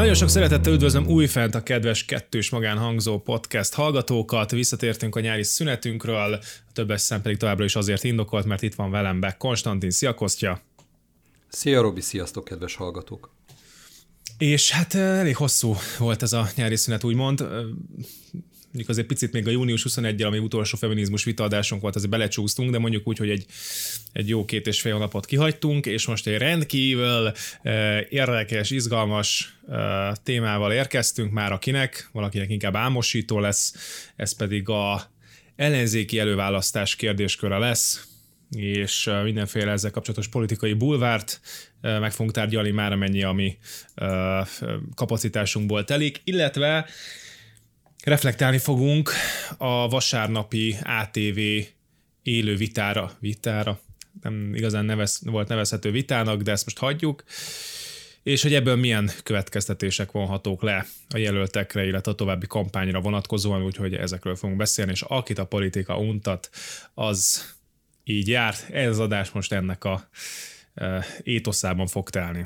Nagyon sok szeretettel üdvözlöm újfent a kedves kettős magánhangzó podcast hallgatókat. Visszatértünk a nyári szünetünkről, a többes szám pedig továbbra is azért indokolt, mert itt van velem Beck Konstantin. Szia Kostya! Szia Robi, sziasztok kedves hallgatók! És hát elég hosszú volt ez a nyári szünet, úgymond. Mondjuk azért picit még a június 21-jel, ami utolsó feminizmus vitaadásunk volt, azért belecsúsztunk, de mondjuk úgy, hogy egy jó 2,5 hónapot kihagytunk, és most egy rendkívül érdekes, izgalmas témával érkeztünk már valakinek inkább álmosító lesz, ez pedig a ellenzéki előválasztás kérdésköre lesz, és mindenféle ezzel kapcsolatos politikai bulvárt meg fogunk tárgyalni már, amennyi ami kapacitásunkból telik, illetve reflektálni fogunk a vasárnapi ATV élő vitára, nem igazán volt nevezhető vitának, de ezt most hagyjuk, és hogy ebből milyen következtetések vonhatók le a jelöltekre, illetve a további kampányra vonatkozóan, úgyhogy ezekről fogunk beszélni, és akit a politika untat, az így jár. Ez az adás most ennek a étoszában fog telni.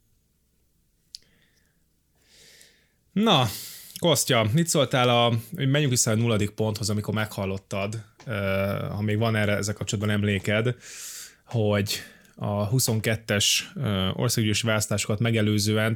Na, Kostya, mit szóltál menjünk vissza a 0. ponthoz, amikor meghallottad, ha még van erre ezzel kapcsolatban emléked, hogy a 22-es országgyűlési választásokat megelőzően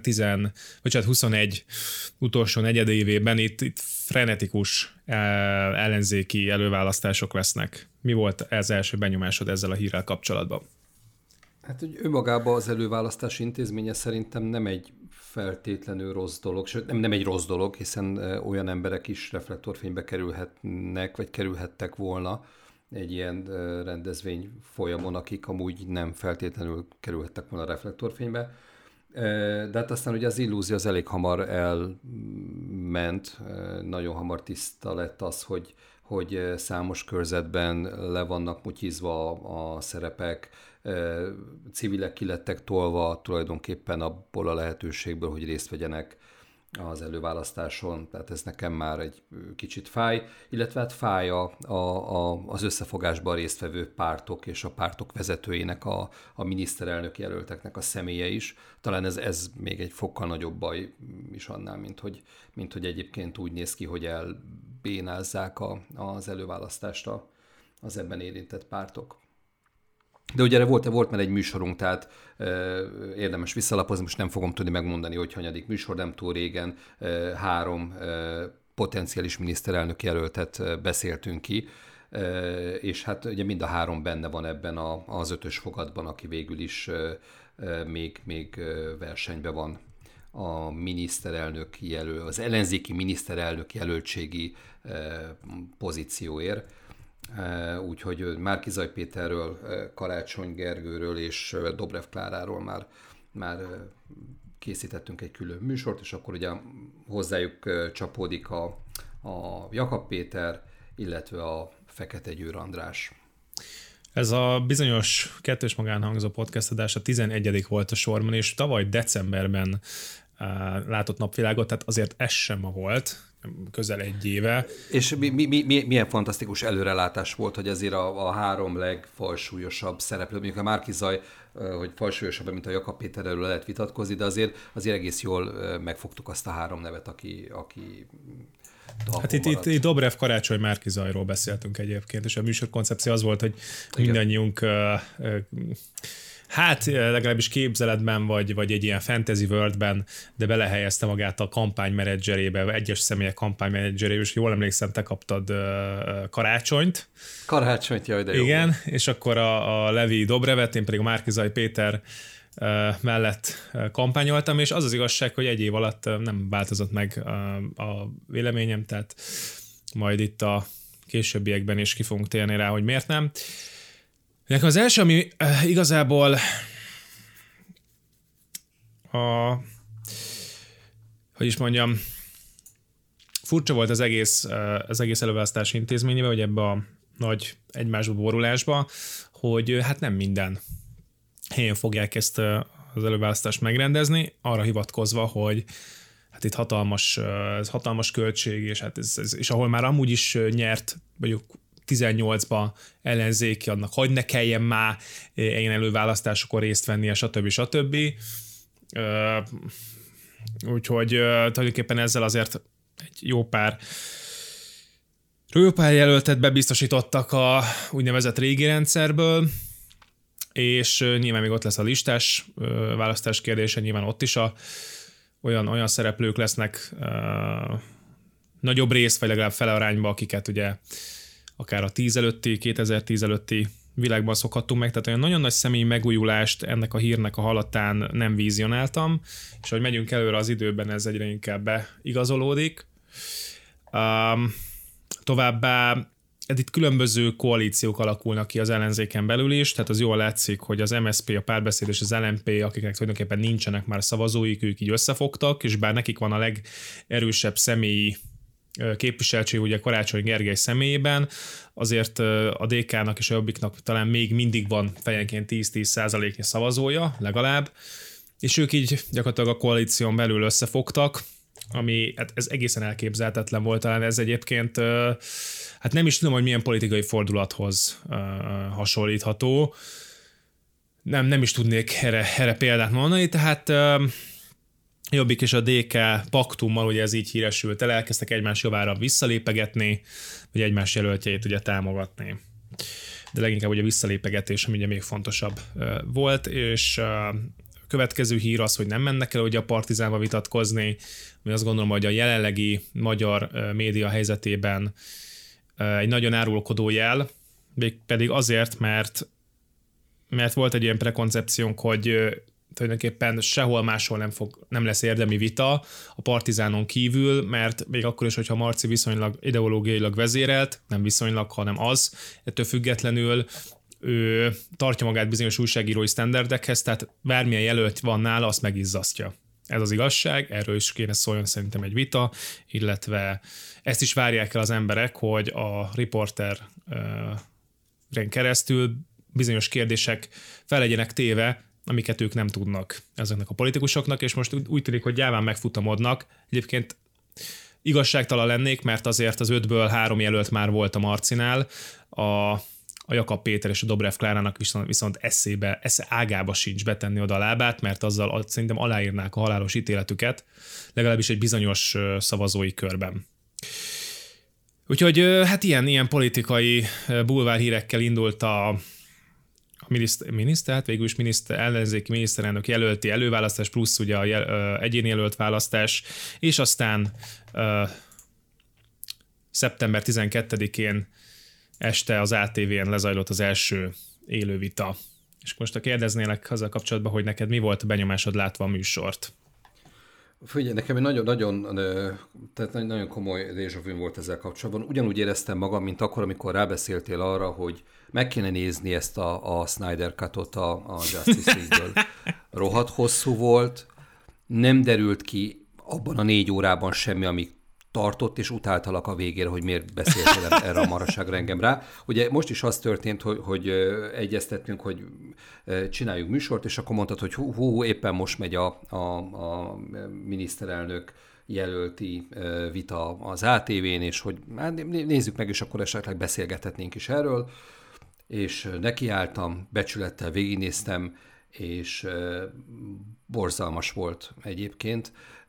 21 utolsó negyedévében itt frenetikus ellenzéki előválasztások lesznek. Mi volt ez első benyomásod ezzel a hírrel kapcsolatban? Hát, hogy önmagában az előválasztás intézménye szerintem nem egy feltétlenül rossz dolog, sőt nem egy rossz dolog, hiszen olyan emberek is reflektorfénybe kerülhetnek, vagy kerülhettek volna egy ilyen rendezvény folyamon, akik amúgy nem feltétlenül kerülhettek volna a reflektorfénybe. De hát aztán ugye az illúzió az elég hamar elment, nagyon hamar tiszta lett az, hogy számos körzetben le vannak mutyizva a szerepek, civilek ki lettek tolva tulajdonképpen abból a lehetőségből, hogy részt vegyenek az előválasztáson, tehát ez nekem már egy kicsit fáj, illetve hát fáj az összefogásban résztvevő pártok és a pártok vezetőinek, a miniszterelnök jelölteknek a személye is. Talán ez még egy fokkal nagyobb baj is annál, mint hogy egyébként úgy néz ki, hogy elbénázzák az előválasztást az ebben érintett pártok. De ugye erre volt már egy műsorunk, tehát érdemes visszalapozni, most nem fogom tudni megmondani, hogy hanyadik műsor, nem túl régen 3 potenciális miniszterelnök jelöltet beszéltünk ki, és hát ugye mind a 3 benne van ebben az 5-ös fogadban, aki végül is még versenyben van a miniszterelnök az ellenzéki miniszterelnök jelöltségi pozícióért. Úgyhogy Márki-Zay Péterről, Karácsony Gergőről és Dobrev Kláráról már készítettünk egy külön műsort, és akkor ugye hozzájuk csapódik a Jakab Péter, illetve a Fekete Győr András. Ez a bizonyos kettős magánhangzó podcast adás a 11. volt a sorban, és tavaly decemberben látott napvilágot, tehát azért ez sem ma volt, közel egy éve. És milyen fantasztikus előrelátás volt, hogy azért a 3 legfalsúlyosabb szereplő, mondjuk a Márki-Zay, hogy falsúlyosabb, mint a Jakab Péter, erről lehet vitatkozni, de azért egész jól megfogtuk azt a 3 nevet, aki hát itt Dobrev, Karácsony, Márki-Zayról beszéltünk egyébként, és a műsor koncepció az volt, hogy mindannyiunk hát legalábbis képzeletben, vagy egy ilyen fantasy worldben, de belehelyezte magát a kampánymenedzserébe, egyes személyek kampánymenedzserébe, és jól emlékszem, te kaptad Karácsonyt. Karácsonyt, jaj, de jó. Igen, és akkor a Levi Dobrevet, én pedig a Márki-Zay Péter mellett kampányoltam, és az igazság, hogy egy év alatt nem változott meg a véleményem, tehát majd itt a későbbiekben is ki fogunk térni rá, hogy miért nem. Nekem az első, ami igazából furcsa volt az egész előválasztási intézményében, vagy ebbe a nagy egymásba borulásba, hogy hát nem minden helyen fogják ezt az előválasztást megrendezni, arra hivatkozva, hogy hát itt hatalmas költség, és hát és ahol már amúgy is nyert, mondjuk 18-ba ellenzéki, annak hogy ne kelljen már ilyen előválasztásokon részt vennie, stb. Úgyhogy tulajdonképpen ezzel azért egy jó pár jelöltet bebiztosítottak a úgynevezett régi rendszerből, és nyilván még ott lesz a listás választás kérdése, nyilván ott is olyan szereplők lesznek nagyobb rész, vagy legalább fele arányba, akiket ugye akár a 2010 előtti világban szokhattunk meg, tehát olyan nagyon nagy személyi megújulást ennek a hírnek a hallatán nem vizionáltam, és ahogy megyünk előre az időben, ez egyre inkább beigazolódik. Továbbá itt különböző koalíciók alakulnak ki az ellenzéken belül is, tehát az jól látszik, hogy az MSZP, a Párbeszéd és az LMP, akiknek tulajdonképpen nincsenek már szavazóik, ők így összefogtak, és bár nekik van a legerősebb személyi képviseltség ugye Karácsony Gergely személyében, azért a DK-nak és a Jobbiknak talán még mindig van fejenként 10-10%-nyi szavazója legalább, és ők így gyakorlatilag a koalíción belül összefogtak, ami hát ez egészen elképzelhetetlen volt, talán ez egyébként hát nem is tudom, hogy milyen politikai fordulathoz hasonlítható. Nem is tudnék erre példát mondani, tehát Jobbik és a DK paktummal, ugye ez így híresült el, elkezdtek egymás javára visszalépegetni, vagy egymás jelöltjeit ugye támogatni. De leginkább ugye a visszalépegetés, ami ugye még fontosabb volt, és következő hír az, hogy nem mennek el ugye a Partizánba vitatkozni, ami azt gondolom, hogy a jelenlegi magyar média helyzetében egy nagyon árulkodó jel, pedig azért, mert volt egy ilyen prekoncepciónk, hogy tulajdonképpen sehol máshol nem lesz érdemi vita a Partizánon kívül, mert még akkor is, hogyha Marci viszonylag ideológiailag vezérelt, nem viszonylag, hanem az, ettől függetlenül ő tartja magát bizonyos újságírói sztenderdekhez, tehát bármilyen jelölt van nála, azt megizzasztja. Ez az igazság, erről is kéne szóljon szerintem egy vita, illetve ezt is várják el az emberek, hogy a riporteren keresztül bizonyos kérdések fel legyenek téve, amiket ők nem tudnak ezeknek a politikusoknak, és most úgy tűnik, hogy gyáván megfutamodnak. Egyébként igazságtalan lennék, mert azért az 5-ből 3 jelölt már volt a Marcinál, a Jakab Péter és a Dobrev Klárának viszont esze ágába sincs betenni oda a lábát, mert azzal szerintem aláírnák a halálos ítéletüket, legalábbis egy bizonyos szavazói körben. Úgyhogy hát ilyen politikai bulvárhírekkel indult a hát végül is ellenzéki miniszterelnök jelölti előválasztás, plusz ugye a egyéni jelölt választás, és aztán szeptember 12-én este az ATV-en lezajlott az első élő vita. És most kérdeznélek azzal kapcsolatban, hogy neked mi volt a benyomásod látva a műsort? Figyelj, nekem egy nagyon komoly déjà vu volt ezzel kapcsolatban. Ugyanúgy éreztem magam, mint akkor, amikor rábeszéltél arra, hogy meg kéne nézni ezt a Snyder Cut-ot a Justice League-ből. Rohadt hosszú volt, nem derült ki abban a 4 órában semmi, amíg tartott, és utáltalak a végére, hogy miért beszéltél erre a marhaságra engem rá. Ugye most is az történt, hogy egyeztettünk, hogy csináljuk műsort, és akkor mondtad, hogy hú, éppen most megy a miniszterelnök jelölti vita az ATV-n, és hogy hát nézzük meg, és akkor esetleg beszélgethetnénk is erről. És nekiálltam, becsülettel végignéztem, és borzalmas volt egyébként.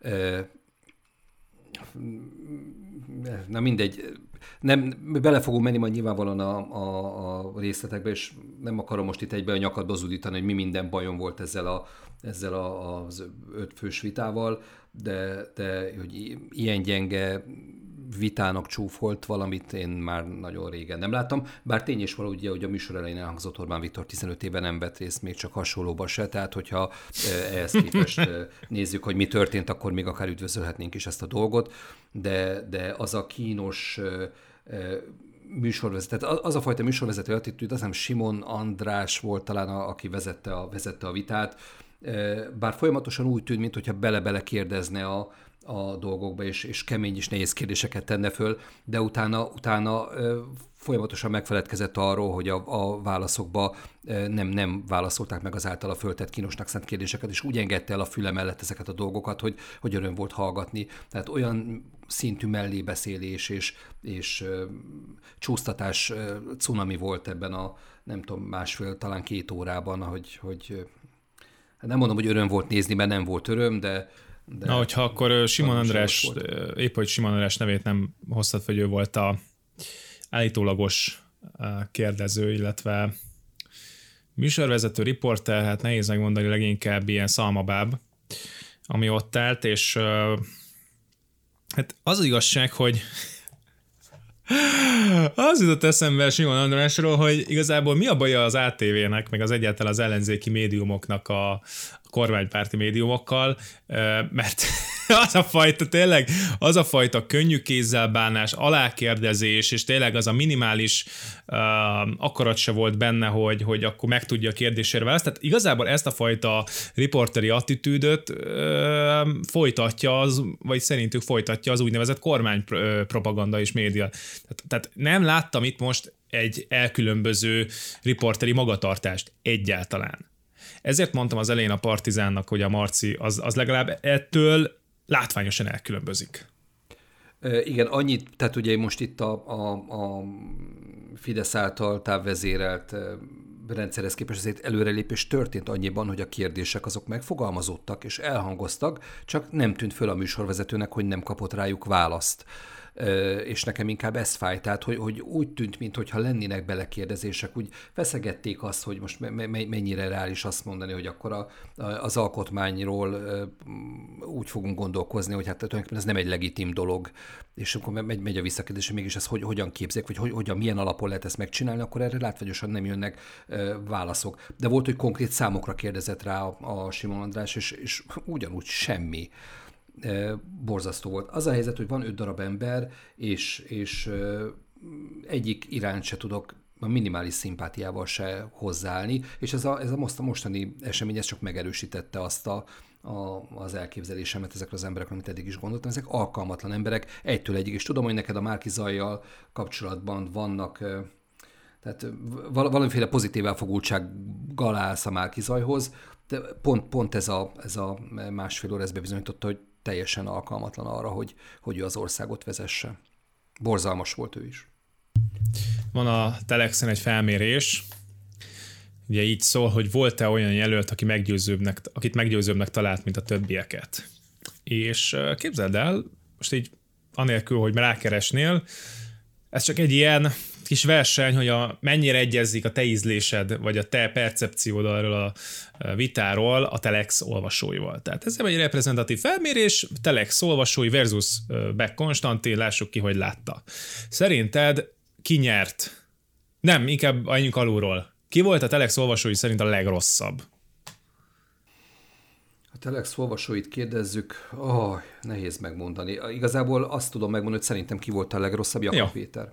Na mindegy, nem, bele fogunk menni majd nyilvánvalóan a részletekbe, és nem akarom most itt egybe a nyakadba zúdítani, hogy mi minden bajom volt ezzel az 5 fős vitával, de hogy ilyen gyenge vitának csúfolt valamit én már nagyon régen nem láttam, bár tény is való, ugye, hogy a műsor elején elhangzott Orbán Viktor 15 éve nem vett részt, még csak hasonlóban se, tehát hogyha ehhez képest nézzük, hogy mi történt, akkor még akár üdvözölhetnénk is ezt a dolgot, de az a kínos műsorvezető, tehát az a fajta műsorvezető attitűd, azt hiszem Simon András volt talán, aki vezette a vitát, bár folyamatosan úgy tűnt, mintha bele-bele kérdezne a dolgokba, és kemény és nehéz kérdéseket tenne föl, de utána folyamatosan megfeledkezett arról, hogy a válaszokba nem válaszolták meg az általa föltett kínosnak szánt kérdéseket, és úgy engedte el a füle mellett ezeket a dolgokat, hogy öröm volt hallgatni. Tehát olyan szintű mellébeszélés és csúsztatás cunami volt ebben a nem tudom, 1,5, talán 2 órában, hogy nem mondom, hogy öröm volt nézni, mert nem volt öröm, de Na, hogyha akkor Simon András, épp hogy Simon András nevét nem hoztad, hogy ő volt a állítólagos kérdező, illetve műsorvezető, riporter, hát nehéz megmondani, leginkább ilyen szalmabáb, ami ott állt, és hát az igazság, hogy az jutott eszembe Simon Andrásról, hogy igazából mi a baja az ATV-nek, meg az egyáltalán az ellenzéki médiumoknak a kormánypárti médiumokkal, mert az a fajta könnyű kézzel bánás, alákérdezés, és tényleg az a minimális akarat se volt benne, hogy akkor megtudja a kérdésére választ. Tehát igazából ezt a fajta riporteri attitűdöt folytatja, vagy szerintük folytatja az úgynevezett kormánypropaganda és média. Tehát nem láttam itt most egy elkülönböző riporteri magatartást egyáltalán. Ezért mondtam az elején a Partizánnak, hogy a Marci az legalább ettől látványosan elkülönbözik. Igen, annyit, tehát ugye most itt a Fidesz által távvezérelt rendszerhez képest azért előrelépés történt annyiban, hogy a kérdések azok megfogalmazódtak és elhangoztak, csak nem tűnt föl a műsorvezetőnek, hogy nem kapott rájuk választ. És nekem inkább ez fáj, tehát hogy úgy tűnt, mintha lennének belekérdezések, úgy feszegették azt, hogy most mennyire reális azt mondani, hogy akkor az alkotmányról úgy fogunk gondolkozni, hogy hát tulajdonképpen ez nem egy legitim dolog, és akkor megy a visszakérdés, hogy mégis ez hogyan képzelik, vagy hogyan, milyen alapon lehet ezt megcsinálni, akkor erre látványosan nem jönnek válaszok. De volt, hogy konkrét számokra kérdezett rá a Simon András, és ugyanúgy semmi. Borzasztó volt. Az a helyzet, hogy van 5 darab ember, és egyik iránt se tudok a minimális szimpátiával se hozzáállni, és ez a mostani esemény ez csak megerősítette azt az elképzelésemet ezekről az emberekről, amit eddig is gondoltam. Ezek alkalmatlan emberek, egytől egyig, és tudom, hogy neked a Márki Zajjal kapcsolatban vannak, tehát valamiféle pozitív elfogultsággal állsz a Márki Zajhoz, de pont ez a másfél óra ez bebizonyította, hogy teljesen alkalmatlan arra, hogy ő az országot vezesse. Borzalmas volt ő is. Van a Telexen egy felmérés, ugye így szól, hogy volt-e olyan jelölt, akit meggyőzőbbnek talált, mint a többieket. És képzeld el, most így anélkül, hogy rákeresnél, ez csak egy ilyen kis verseny, hogy mennyire egyezik a te ízlésed, vagy a te percepciód arról a vitáról a Telex olvasóival. Tehát ez egy reprezentatív felmérés, Telex olvasói versus Beck Konstantin, lássuk ki, hogy látta. Szerinted ki nyert? Nem, inkább annyiunk alulról. Ki volt a Telex olvasói szerint a legrosszabb? A Telex olvasóit kérdezzük, nehéz megmondani. Igazából azt tudom megmondani, hogy szerintem ki volt a legrosszabb, Jakab Péter.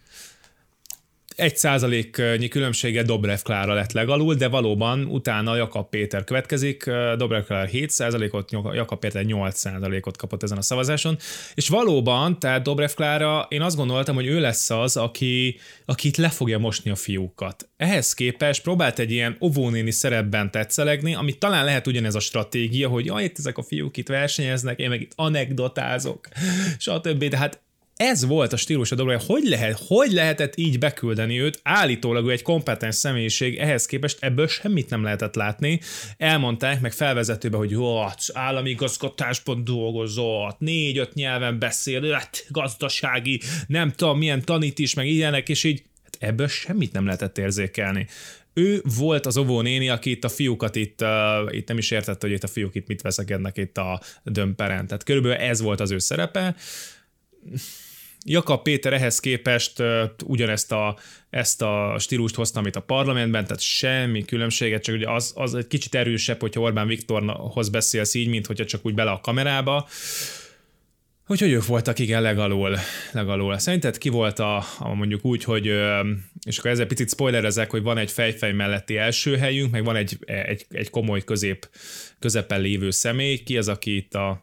1%-nyi különbsége Dobrev Klára lett legalul, de valóban utána Jakab Péter következik, Dobrev Klára 7%-ot, Jakab Péter 8%-ot kapott ezen a szavazáson, és valóban, tehát Dobrev Klára, én azt gondoltam, hogy ő lesz az, aki itt le fogja mosni a fiúkat. Ehhez képest próbált egy ilyen óvónéni szerepben tetszelegni, ami talán lehet ugyanez a stratégia, hogy itt ezek a fiúk itt versenyeznek, én meg itt anekdotázok, stb. De hát ez volt a stílus a dolog, hogy lehetett így beküldeni őt, állítólag ő egy kompetens személyiség, ehhez képest ebből semmit nem lehetett látni. Elmondták meg felvezetőbe, hogy állami igazgatásban dolgozott, 4-5 nyelven beszél, gazdasági, nem tudom milyen tanít is, meg ilyenek, és így ebből semmit nem lehetett érzékelni. Ő volt az óvónéni, aki itt a fiúkat itt nem is értette, hogy itt a fiúk itt mit veszekednek itt a dömperen. Tehát körülbelül ez volt az ő szerepe. Jakab Péter ehhez képest ezt a stílust hozta, amit a parlamentben, tehát semmi különbséget, csak ugye az egy kicsit erősebb, hogyha Orbán Viktorhoz beszélsz így, mint hogyha csak úgy bele a kamerába. Úgyhogy ők voltak igen legalul. Szerinted ki volt mondjuk úgy, hogy, és akkor ezzel picit spoilerezek, hogy van egy fejfej melletti első helyünk, meg van egy komoly közepen lévő személy. Ki az, aki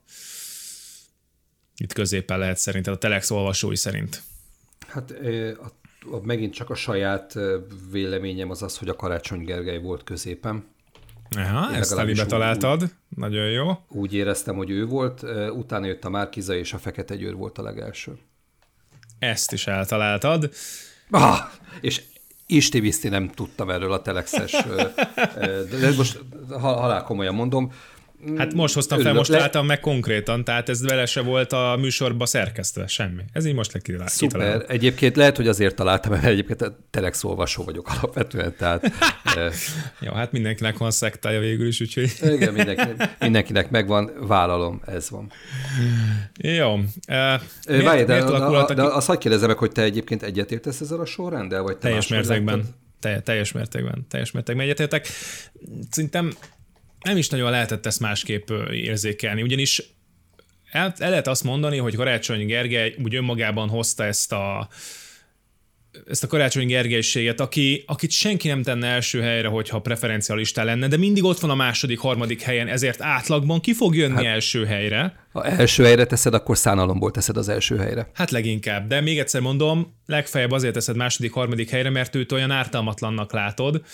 itt középen lehet szerinted, a Telex olvasói szerint? Hát megint csak a saját véleményem az, hogy a Karácsony Gergely volt középen. Aha, ezt telibe találtad. Nagyon jó. Úgy éreztem, hogy ő volt, utána jött a Márki-Zay és a Fekete Győr volt a legelső. Ezt is eltaláltad. És isti-viszti nem tudtam erről a Telexes, de most halál komolyan mondom, Hát most hoztam fel, most láttam meg konkrétan, tehát ez vele se volt a műsorba szerkesztve, semmi. Ez így most kitalálom. Szuper. Egyébként lehet, hogy azért találtam, mert egyébként telex olvasó vagyok alapvetően, tehát... Jó, hát mindenkinek van szektája végül is, úgyhogy... Igen, mindenkinek megvan, vállalom, ez van. Jó. Várj, de azt hadd kérdezzem meg, hogy te egyébként egyetértesz ezzel a sorrenddel, vagy te teljes mértékben. Teljes mértékben egyetértek. Szerintem nem is nagyon lehetett ezt másképp érzékelni, ugyanis el lehet azt mondani, hogy Karácsony Gergely úgy önmagában hozta ezt a Karácsony Gergelységet, akit senki nem tenne első helyre, hogyha preferencialistá lenne, de mindig ott van a második, harmadik helyen, ezért átlagban ki fog jönni első helyre. Ha első helyre teszed, akkor szánalomból teszed az első helyre. Hát leginkább, de még egyszer mondom, legfeljebb azért teszed második, harmadik helyre, mert őt olyan ártalmatlannak látod,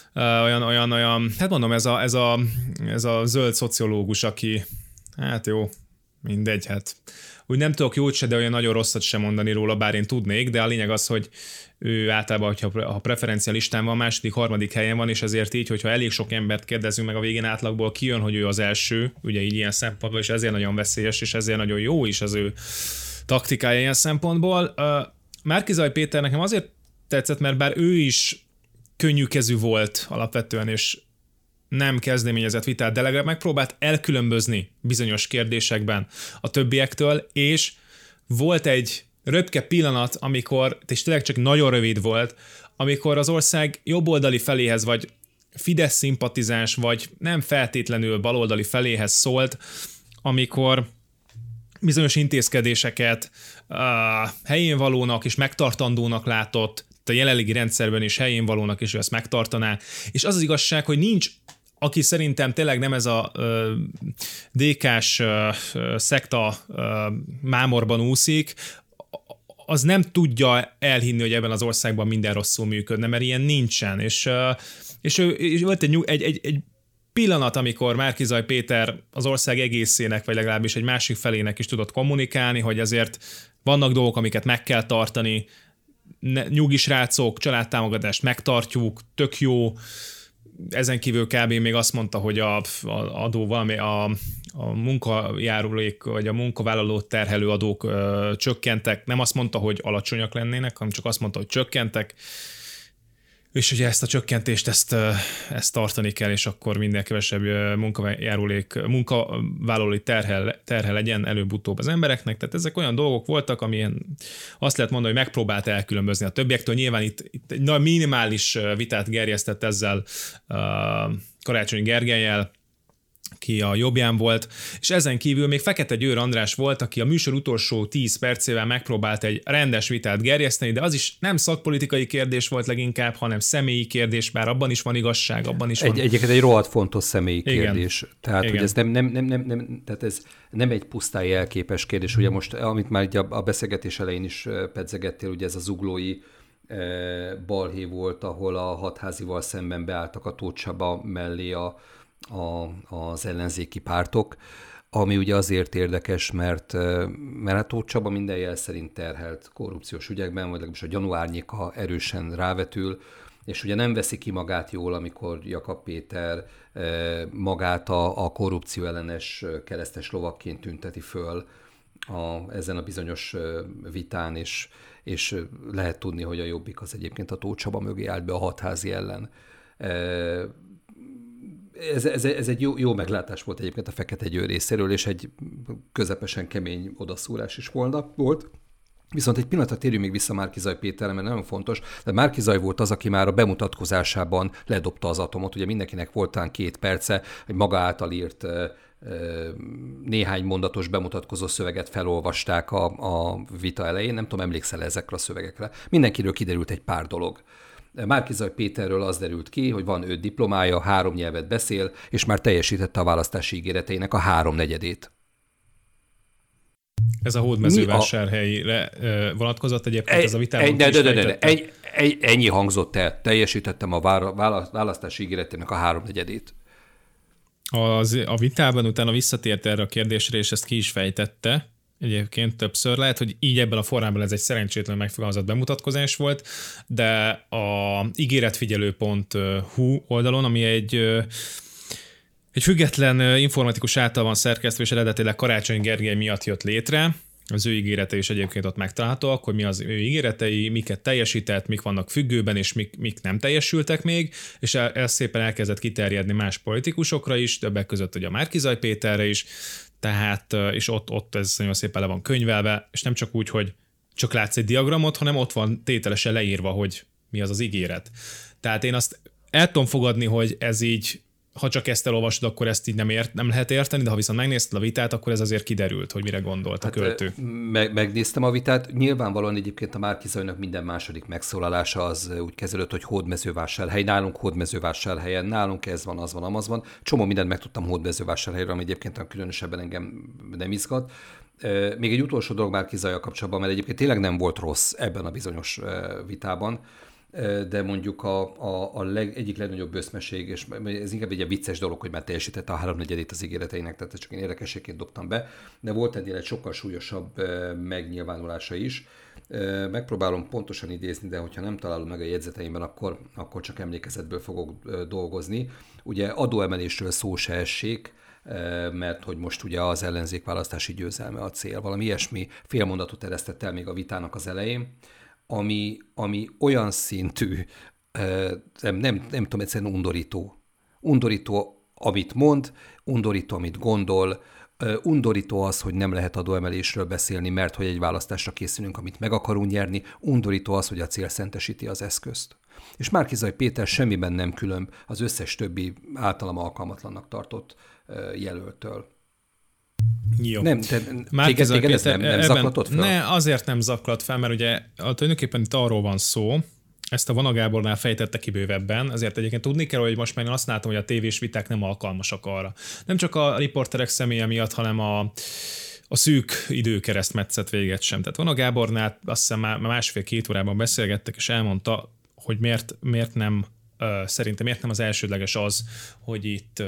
olyan, hát mondom, ez a zöld szociológus, aki, hát jó, mindegy, hát úgy nem tudok jót se, de olyan nagyon rosszat sem mondani róla, bár én tudnék, de a lényeg az, hogy ő általában, ha preferencia listán van, második, harmadik helyen van, és ezért így, hogyha elég sok embert kérdezünk meg a végén átlagból, kijön, hogy ő az első, ugye így ilyen szempontból, és ezért nagyon veszélyes, és ezért nagyon jó is az ő taktikája ilyen szempontból. Márki-Zay Péter nekem azért tetszett, mert bár ő is könnyűkezű volt alapvetően, és nem kezdeményezett vitát, de legalább megpróbált elkülönbözni bizonyos kérdésekben a többiektől, és volt egy röpke pillanat, amikor, és tényleg csak nagyon rövid volt, amikor az ország jobboldali feléhez, vagy Fidesz szimpatizáns, vagy nem feltétlenül baloldali feléhez szólt, amikor bizonyos intézkedéseket helyén valónak és megtartandónak látott, a jelenlegi rendszerben is helyén valónak is ő ezt megtartaná, és az igazság, hogy nincs, aki szerintem tényleg nem ez a DK-s szekta mámorban úszik, az nem tudja elhinni, hogy ebben az országban minden rosszul működne, mert ilyen nincsen. És volt egy pillanat, amikor Márki-Zay Péter az ország egészének, vagy legalábbis egy másik felének is tudott kommunikálni, hogy azért vannak dolgok, amiket meg kell tartani, nyugi srácok, családtámogatást megtartjuk, tök jó. Ezen kívül kb. Még azt mondta, hogy a adó valami, a munkajárulék, vagy a munkavállalót terhelő adók csökkentek. Nem azt mondta, hogy alacsonyak lennének, hanem csak azt mondta, hogy csökkentek. És ugye ezt a csökkentést, ezt tartani kell, és akkor minden kevesebb munkavállalói terhel legyen előbb-utóbb az embereknek. Tehát ezek olyan dolgok voltak, amilyen azt lehet mondani, hogy megpróbált elkülönbözni a többiektől. Nyilván itt egy minimális vitát gerjesztett ezzel Karácsony Gergellyel, ki a jobbján volt, és ezen kívül még Fekete Győr András volt, aki a műsor utolsó 10 percével megpróbált egy rendes vitát gerjeszteni, de az is nem szakpolitikai kérdés volt leginkább, hanem személyi kérdés, bár abban is van igazság, abban is van. Egyébként egy rohadt fontos személyi kérdés. Igen. Tehát, Igen. hogy ez tehát ez nem egy pusztán jelképes kérdés. Ugye most, amit már a beszélgetés elején is pedzegettél, ugye ez a zuglói balhé volt, ahol a Hatházival szemben beálltak a Tóth Csaba mellé az ellenzéki pártok, ami ugye azért érdekes, mert a Tóth Csaba minden jel szerint terhelt korrupciós ügyekben, vagy legalábbis a gyanú árnyéka erősen rávetül, és ugye nem veszi ki magát jól, amikor Jakab Péter magát a korrupció ellenes keresztes lovakként tünteti föl ezen a bizonyos vitán, és lehet tudni, hogy a Jobbik az egyébként a Tóth Csaba mögé állt be a Hatházi ellen. Ez egy jó meglátás volt egyébként a Fekete Győr részéről, és egy közepesen kemény odaszúrás is volt. Viszont egy pillanatra térjünk még vissza Márki-Zay Péterre, mert nagyon fontos, de Márki-Zay volt az, aki már a bemutatkozásában ledobta az atomot. Ugye mindenkinek volt talán 2 perce, egy maga által írt néhány mondatos bemutatkozó szöveget felolvasták a vita elején. Nem tudom, emlékszel ezekre a szövegekre. Mindenkiről kiderült egy pár dolog. Márki-Zay Péterről az derült ki, hogy van 5 diplomája, 3 nyelvet beszél, és már teljesítette a választási ígéreteinek a 3/4. Ez a Hódmezővásárhelyre vonatkozott egyébként ez a vitában? Ennyi hangzott el. Teljesítettem a választási ígéretének a 3/4. A vitában utána visszatért erre a kérdésre, és ezt ki is fejtette, egyébként többször. Lehet, hogy így ebben a formában ez egy szerencsétlenül megfogalmazott bemutatkozás volt, de a ígéretfigyelő.hu oldalon, ami egy Egy független informatikus által van szerkesztve, és eredetileg Karácsony Gergely miatt jött létre. Az ő ígérete is egyébként ott megtalálható, akkor mi az ő ígéretei, miket teljesített, mik vannak függőben, és mik nem teljesültek még, és ez szépen elkezdett kiterjedni más politikusokra is, többek között ugye a Márki-Zay Péterre is, tehát, és ott ez nagyon szépen le van könyvelve, és nem csak úgy, hogy csak látsz egy diagramot, hanem ott van tételesen leírva, hogy mi az az ígéret. Tehát én azt el tudom fogadni, hogy ez így, ha csak ezt elolvasod, akkor ezt így nem lehet érteni, de ha viszont megnézted a vitát, akkor ez azért kiderült, hogy mire gondolt a költő. Megnéztem a vitát. Nyilvánvalóan egyébként a Márki-Zaynak minden második megszólalása az úgy kezdődött, hogy Hódmezővásárhely, nálunk Hódmezővásárhelyen, nálunk ez van, az van, amaz van. Csomó mindent megtudtam Hódmezővásárhelyről, ami egyébként különösebben engem nem izgat. Még egy utolsó dolog Márki-Zayyal kapcsolatban, mert egyébként tényleg nem volt rossz ebben a bizonyos vitában, de mondjuk egyik legnagyobb összmeség, és ez inkább egy vicces dolog, hogy már teljesítette a 3/4 az ígéreteinek, tehát csak én érdekességként dobtam be, de volt ennél egy sokkal súlyosabb megnyilvánulása is. Megpróbálom pontosan idézni, de hogyha nem találom meg a jegyzeteimben, akkor csak emlékezetből fogok dolgozni. Ugye adóemelésről szó se essék, mert hogy most ugye az ellenzék választási győzelme a cél. Valami ilyesmi félmondatot eresztett el még a vitának az elején, ami olyan szintű, nem tudom, egyszerűen undorító. Undorító, amit mond, undorító, amit gondol, undorító az, hogy nem lehet adóemelésről beszélni, mert hogy egy választásra készülünk, amit meg akarunk nyerni, undorító az, hogy a cél szentesíti az eszközt. És Márki-Zay Péter semmiben nem különb az összes többi általam alkalmatlannak tartott jelöltől. Jó. Nem, téged ez nem zaklatott fel? Ne, azért nem zaklat fel, mert ugye tulajdonképpen itt arról van szó, ezt a Vona Gábornál fejtette ki bővebben, azért egyébként tudni kell, hogy most már én azt látom, hogy a tévés viták nem alkalmasak arra. Nem csak a riporterek személye miatt, hanem a szűk időkeresztmetszet véget sem. Tehát Vona Gábornál azt hiszem már 1,5-2 órában beszélgettek, és elmondta, hogy miért nem, szerintem miért nem az elsődleges az, hogy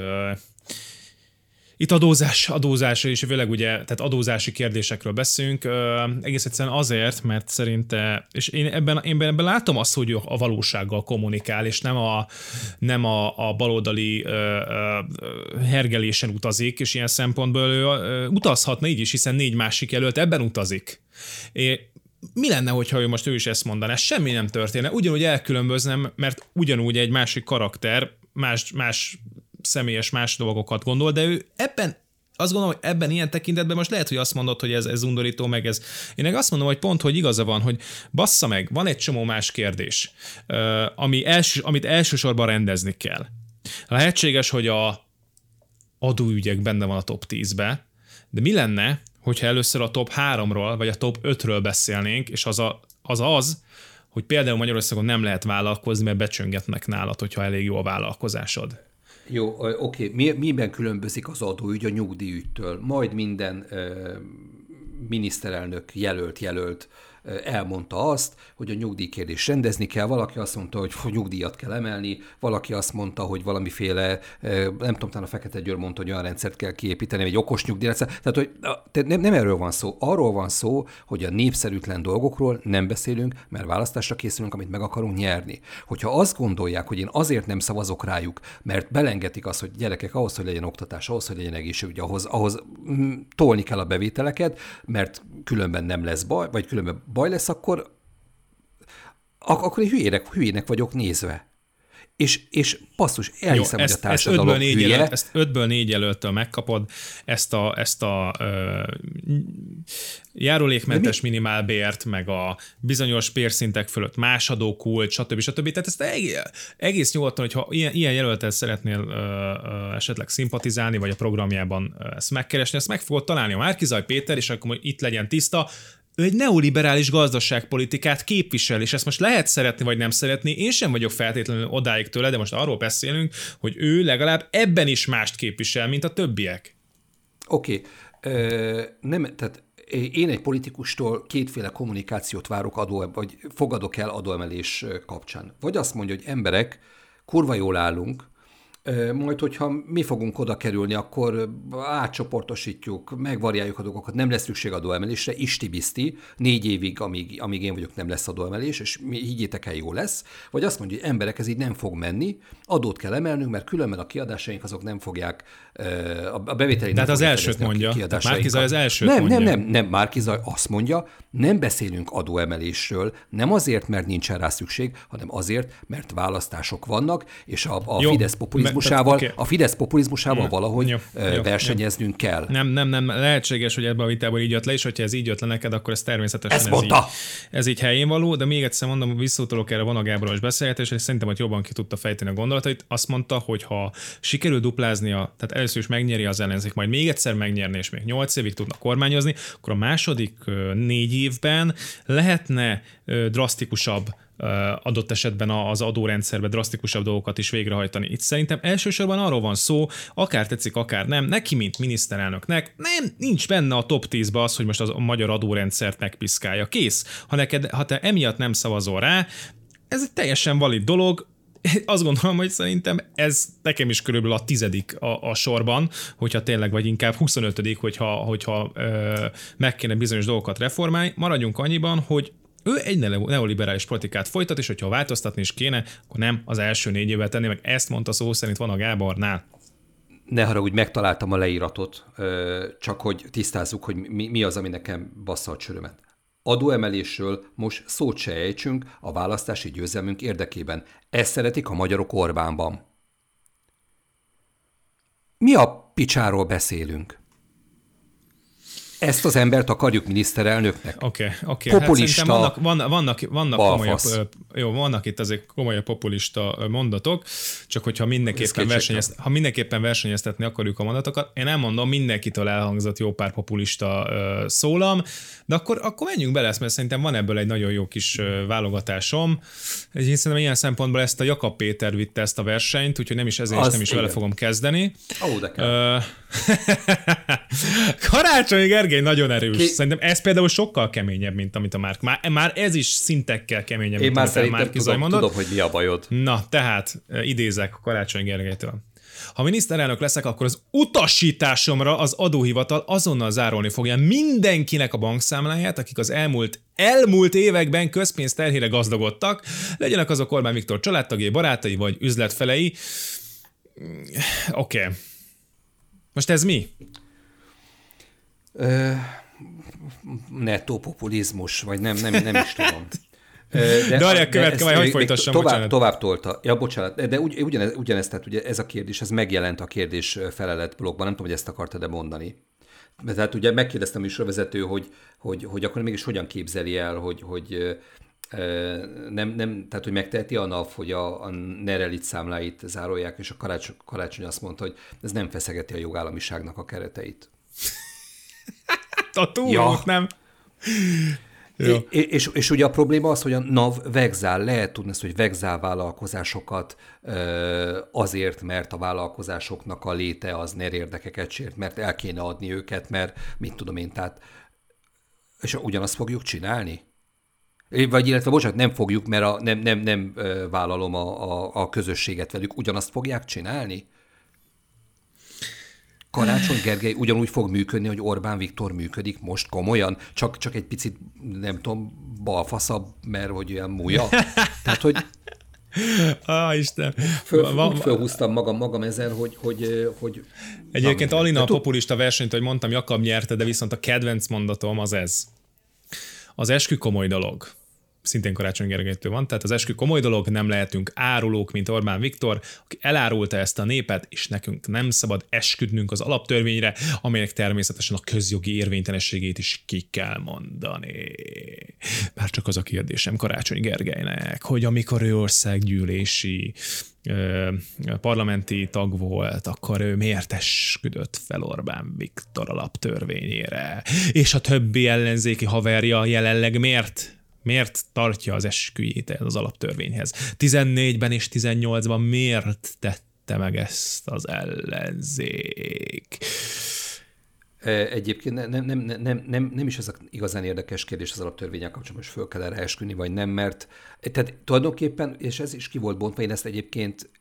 itt adózás és főleg ugye, tehát adózási kérdésekről beszélünk, egész egyszerűen azért, mert szerinte, és én ebben látom azt, hogy a valósággal kommunikál, és nem a baloldali hergelésen utazik, és ilyen szempontból ő utazhatna így is, hiszen 4 másik jelölt ebben utazik. Mi lenne, hogyha ő is ezt mondaná? Semmi nem történne. Ugyanúgy elkülönböznem, mert ugyanúgy egy másik karakter, más személyes más dolgokat gondol, de ő ebben, azt gondolom, hogy ebben ilyen tekintetben most lehet, hogy azt mondod, hogy ez undorító, meg ez. Én meg azt mondom, hogy pont, hogy igaza van, hogy bassza meg, van egy csomó más kérdés, amit elsősorban rendezni kell. Lehetséges, hogy a adóügyek benne van a top 10-be, de mi lenne, hogyha először a top 3-ról, vagy a top 5-ről beszélnénk, és az, hogy például Magyarországon nem lehet vállalkozni, mert becsöngetnek nálad, hogyha elég jó a vállalkozásod. Jó, oké. Miben különbözik az adóügy a nyugdíjügytől? Majd minden miniszterelnök jelölt elmondta azt, hogy a nyugdíjkérdést rendezni kell, valaki azt mondta, hogy nyugdíjat kell emelni, valaki azt mondta, hogy valamiféle, nem tudom, talán a Fekete Győr mondta, hogy olyan rendszert kell kiépíteni, egy okos nyugdíjrendszer. Tehát, hogy nem erről van szó. Arról van szó, hogy a népszerűtlen dolgokról nem beszélünk, mert választásra készülünk, amit meg akarunk nyerni. Hogyha azt gondolják, hogy én azért nem szavazok rájuk, mert belengetik azt, hogy gyerekek, ahhoz, hogy legyen oktatás, ahhoz, hogy legyen egészségügy, ahhoz tolni kell a bevételeket, mert különben nem lesz baj, vagy különben baj lesz, akkor én hülyének vagyok nézve. És basszus, elhiszem, hogy a társadalom hülye. Ezt 5-ből 4 jelöltől megkapod, ezt a járulékmentes minimálbért, meg a bizonyos pérszintek fölött más adókulcs, stb. Tehát ezt egész nyugodtan, hogyha ilyen jelöltel szeretnél esetleg szimpatizálni, vagy a programjában ezt megkeresni, ezt meg fogod találni a Márki-Zay Péter, és akkor itt legyen tiszta, ő egy neoliberális gazdaságpolitikát képvisel, és ezt most lehet szeretni, vagy nem szeretni, én sem vagyok feltétlenül odáig tőle, de most arról beszélünk, hogy ő legalább ebben is mást képvisel, mint a többiek. Oké. Tehát én egy politikustól kétféle kommunikációt várok vagy fogadok el adóemelés kapcsán. Vagy azt mondja, hogy emberek, kurva jól állunk, Majd, hogyha mi fogunk oda kerülni, akkor átcsoportosítjuk, megvariáljuk a dolgokat, nem lesz szükség adóemelésre, isti-biszti, 4 évig, amíg én vagyok, nem lesz adóemelés, és higgyétek el, jó lesz. Vagy azt mondja, hogy emberek, ez így nem fog menni, adót kell emelnünk, mert különben a kiadásaink azok nem fogják, a bevételi nem fogják. Tehát az elsőt mondja. Márki-Zay az elsőt mondja. Nem, Márki-Zay azt mondja, nem beszélünk adóemelésről, nem azért, mert nincsen rá szükség, hanem azért, mert választások vannak, és a Fidesz populizmusával valahogy versenyeznünk kell. Nem, lehetséges, hogy ebben a vitából így jött le, és hogyha ez így jött le neked, akkor ez természetesen ez így helyén való, de még egyszer mondom, visszautalok erre Vona Gáboros beszélgetésre, és szerintem, hogy jobban ki tudta fejteni a gondolatait. Azt mondta, hogy ha sikerül dupláznia, tehát először is megnyeri az ellenzék, majd még egyszer megnyerni, és még 8 évig tudnak kormányozni, akkor a második 4 évben lehetne drasztikusabb adott esetben az adórendszerbe drasztikusabb dolgokat is végrehajtani. Itt szerintem elsősorban arról van szó, akár tetszik, akár nem, neki, mint miniszterelnöknek, nincs benne a top 10-be az, hogy most a magyar adórendszert megpiszkálja. Kész. Ha te emiatt nem szavazol rá, ez egy teljesen valid dolog. Azt gondolom, hogy szerintem ez nekem is körülbelül a 10. a sorban, hogyha tényleg, vagy inkább 25. hogyha meg kéne bizonyos dolgokat reformálni. Maradjunk annyiban, hogy ő egy neoliberális politikát folytat, és hogyha változtatni is kéne, akkor nem az első 4 évvel tenni, meg ezt mondta szó szerint Vona Gábornál. Ne haragudj, megtaláltam a leíratot, csak hogy tisztázzuk, hogy mi az, ami nekem bassza a csörömet. Adóemelésről most szót se ejtsünk a választási győzelmünk érdekében. Ezt szeretik a magyarok Orbánban. Mi a picsáról beszélünk? Ezt az embert akarjuk miniszterelnöknek? Oké. Populista. Hát vannak komolyabb, vannak itt azért komolyabb populista mondatok, csak hogyha mindenképpen versenyeztetni akarjuk a mondatokat, én nem mondom, mindenkitől elhangzott jó pár populista szólam, de akkor menjünk bele, mert szerintem van ebből egy nagyon jó kis válogatásom. Én szerintem ilyen szempontból ezt a Jakab Péter vitte ezt a versenyt, úgyhogy nem is vele fogom kezdeni. Karácsony Gergely nagyon erős. Szerintem ez például sokkal keményebb, mint amit a már ez is szintekkel keményebb, mint amit a Márki-Zay mondott. Tudom, hogy mi a bajod. Na, tehát idézek Karácsony Gergelytől. Ha miniszterelnök leszek, akkor az utasításomra az adóhivatal azonnal zárolni fogja mindenkinek a bankszámláját, akik az elmúlt években közpénz terhére gazdagodtak, legyenek azok Orbán Viktor családtagjai, barátai vagy üzletfelei. Oké. Most ez mi? Nettó populizmus, vagy nem is tudom. Hogy folytassam, tovább tolta. Ja, bocsánat, de ugyanez, tehát ugye ez a kérdés, ez megjelent a kérdés felelet blogban, nem tudom, hogy ezt akartad-e mondani. Tehát ugye megkérdeztem is a vezető, hogy akkor mégis hogyan képzeli el, hogy tehát, hogy megteheti a NAV, hogy a Nerelit számláit zárolják, és a Karácsony azt mondta, hogy ez nem feszegeti a jogállamiságnak a kereteit. A túlót nem. És ugye a probléma az, hogy a NAV vegzál, lehet tudni ezt, hogy vegzál vállalkozásokat azért, mert a vállalkozásoknak a léte az NER érdekeket sért, mert el kéne adni őket, mert mit tudom én, tehát és ugyanazt fogjuk csinálni? Vagy illetve, bocsánat, nem fogjuk, mert nem vállalom a közösséget velük, ugyanazt fogják csinálni? Karácsony Gergely ugyanúgy fog működni, hogy Orbán Viktor működik most komolyan, csak egy picit, nem tudom, balfaszabb, mert hogy olyan múlja. Tehát, hogy Isten. Fölhúztam magam ezen, hogy egyébként Alina a populista versenyt, hogy mondtam, Jakab nyerte, de viszont a kedvenc mondatom az ez. Az eskü komoly dolog. Szintén Karácsony Gergelytől van, tehát az eskü komoly dolog, nem lehetünk árulók, mint Orbán Viktor, aki elárulta ezt a népet, és nekünk nem szabad esküdnünk az alaptörvényre, amelynek természetesen a közjogi érvénytelenségét is ki kell mondani. Bár csak az a kérdésem Karácsony Gergelynek, hogy amikor ő országgyűlési parlamenti tag volt, akkor ő miért esküdött fel Orbán Viktor alaptörvényére? És a többi ellenzéki haverja jelenleg miért tartja az esküjét az alaptörvényhez? 14-ben és 18-ban miért tette meg ezt az ellenzék? Egyébként nem is ez az igazán érdekes kérdés az alaptörvénnyel kapcsolatban, hogy föl kell erre esküdni, vagy nem, mert tehát tulajdonképpen, és ez is ki volt bontva, én ezt egyébként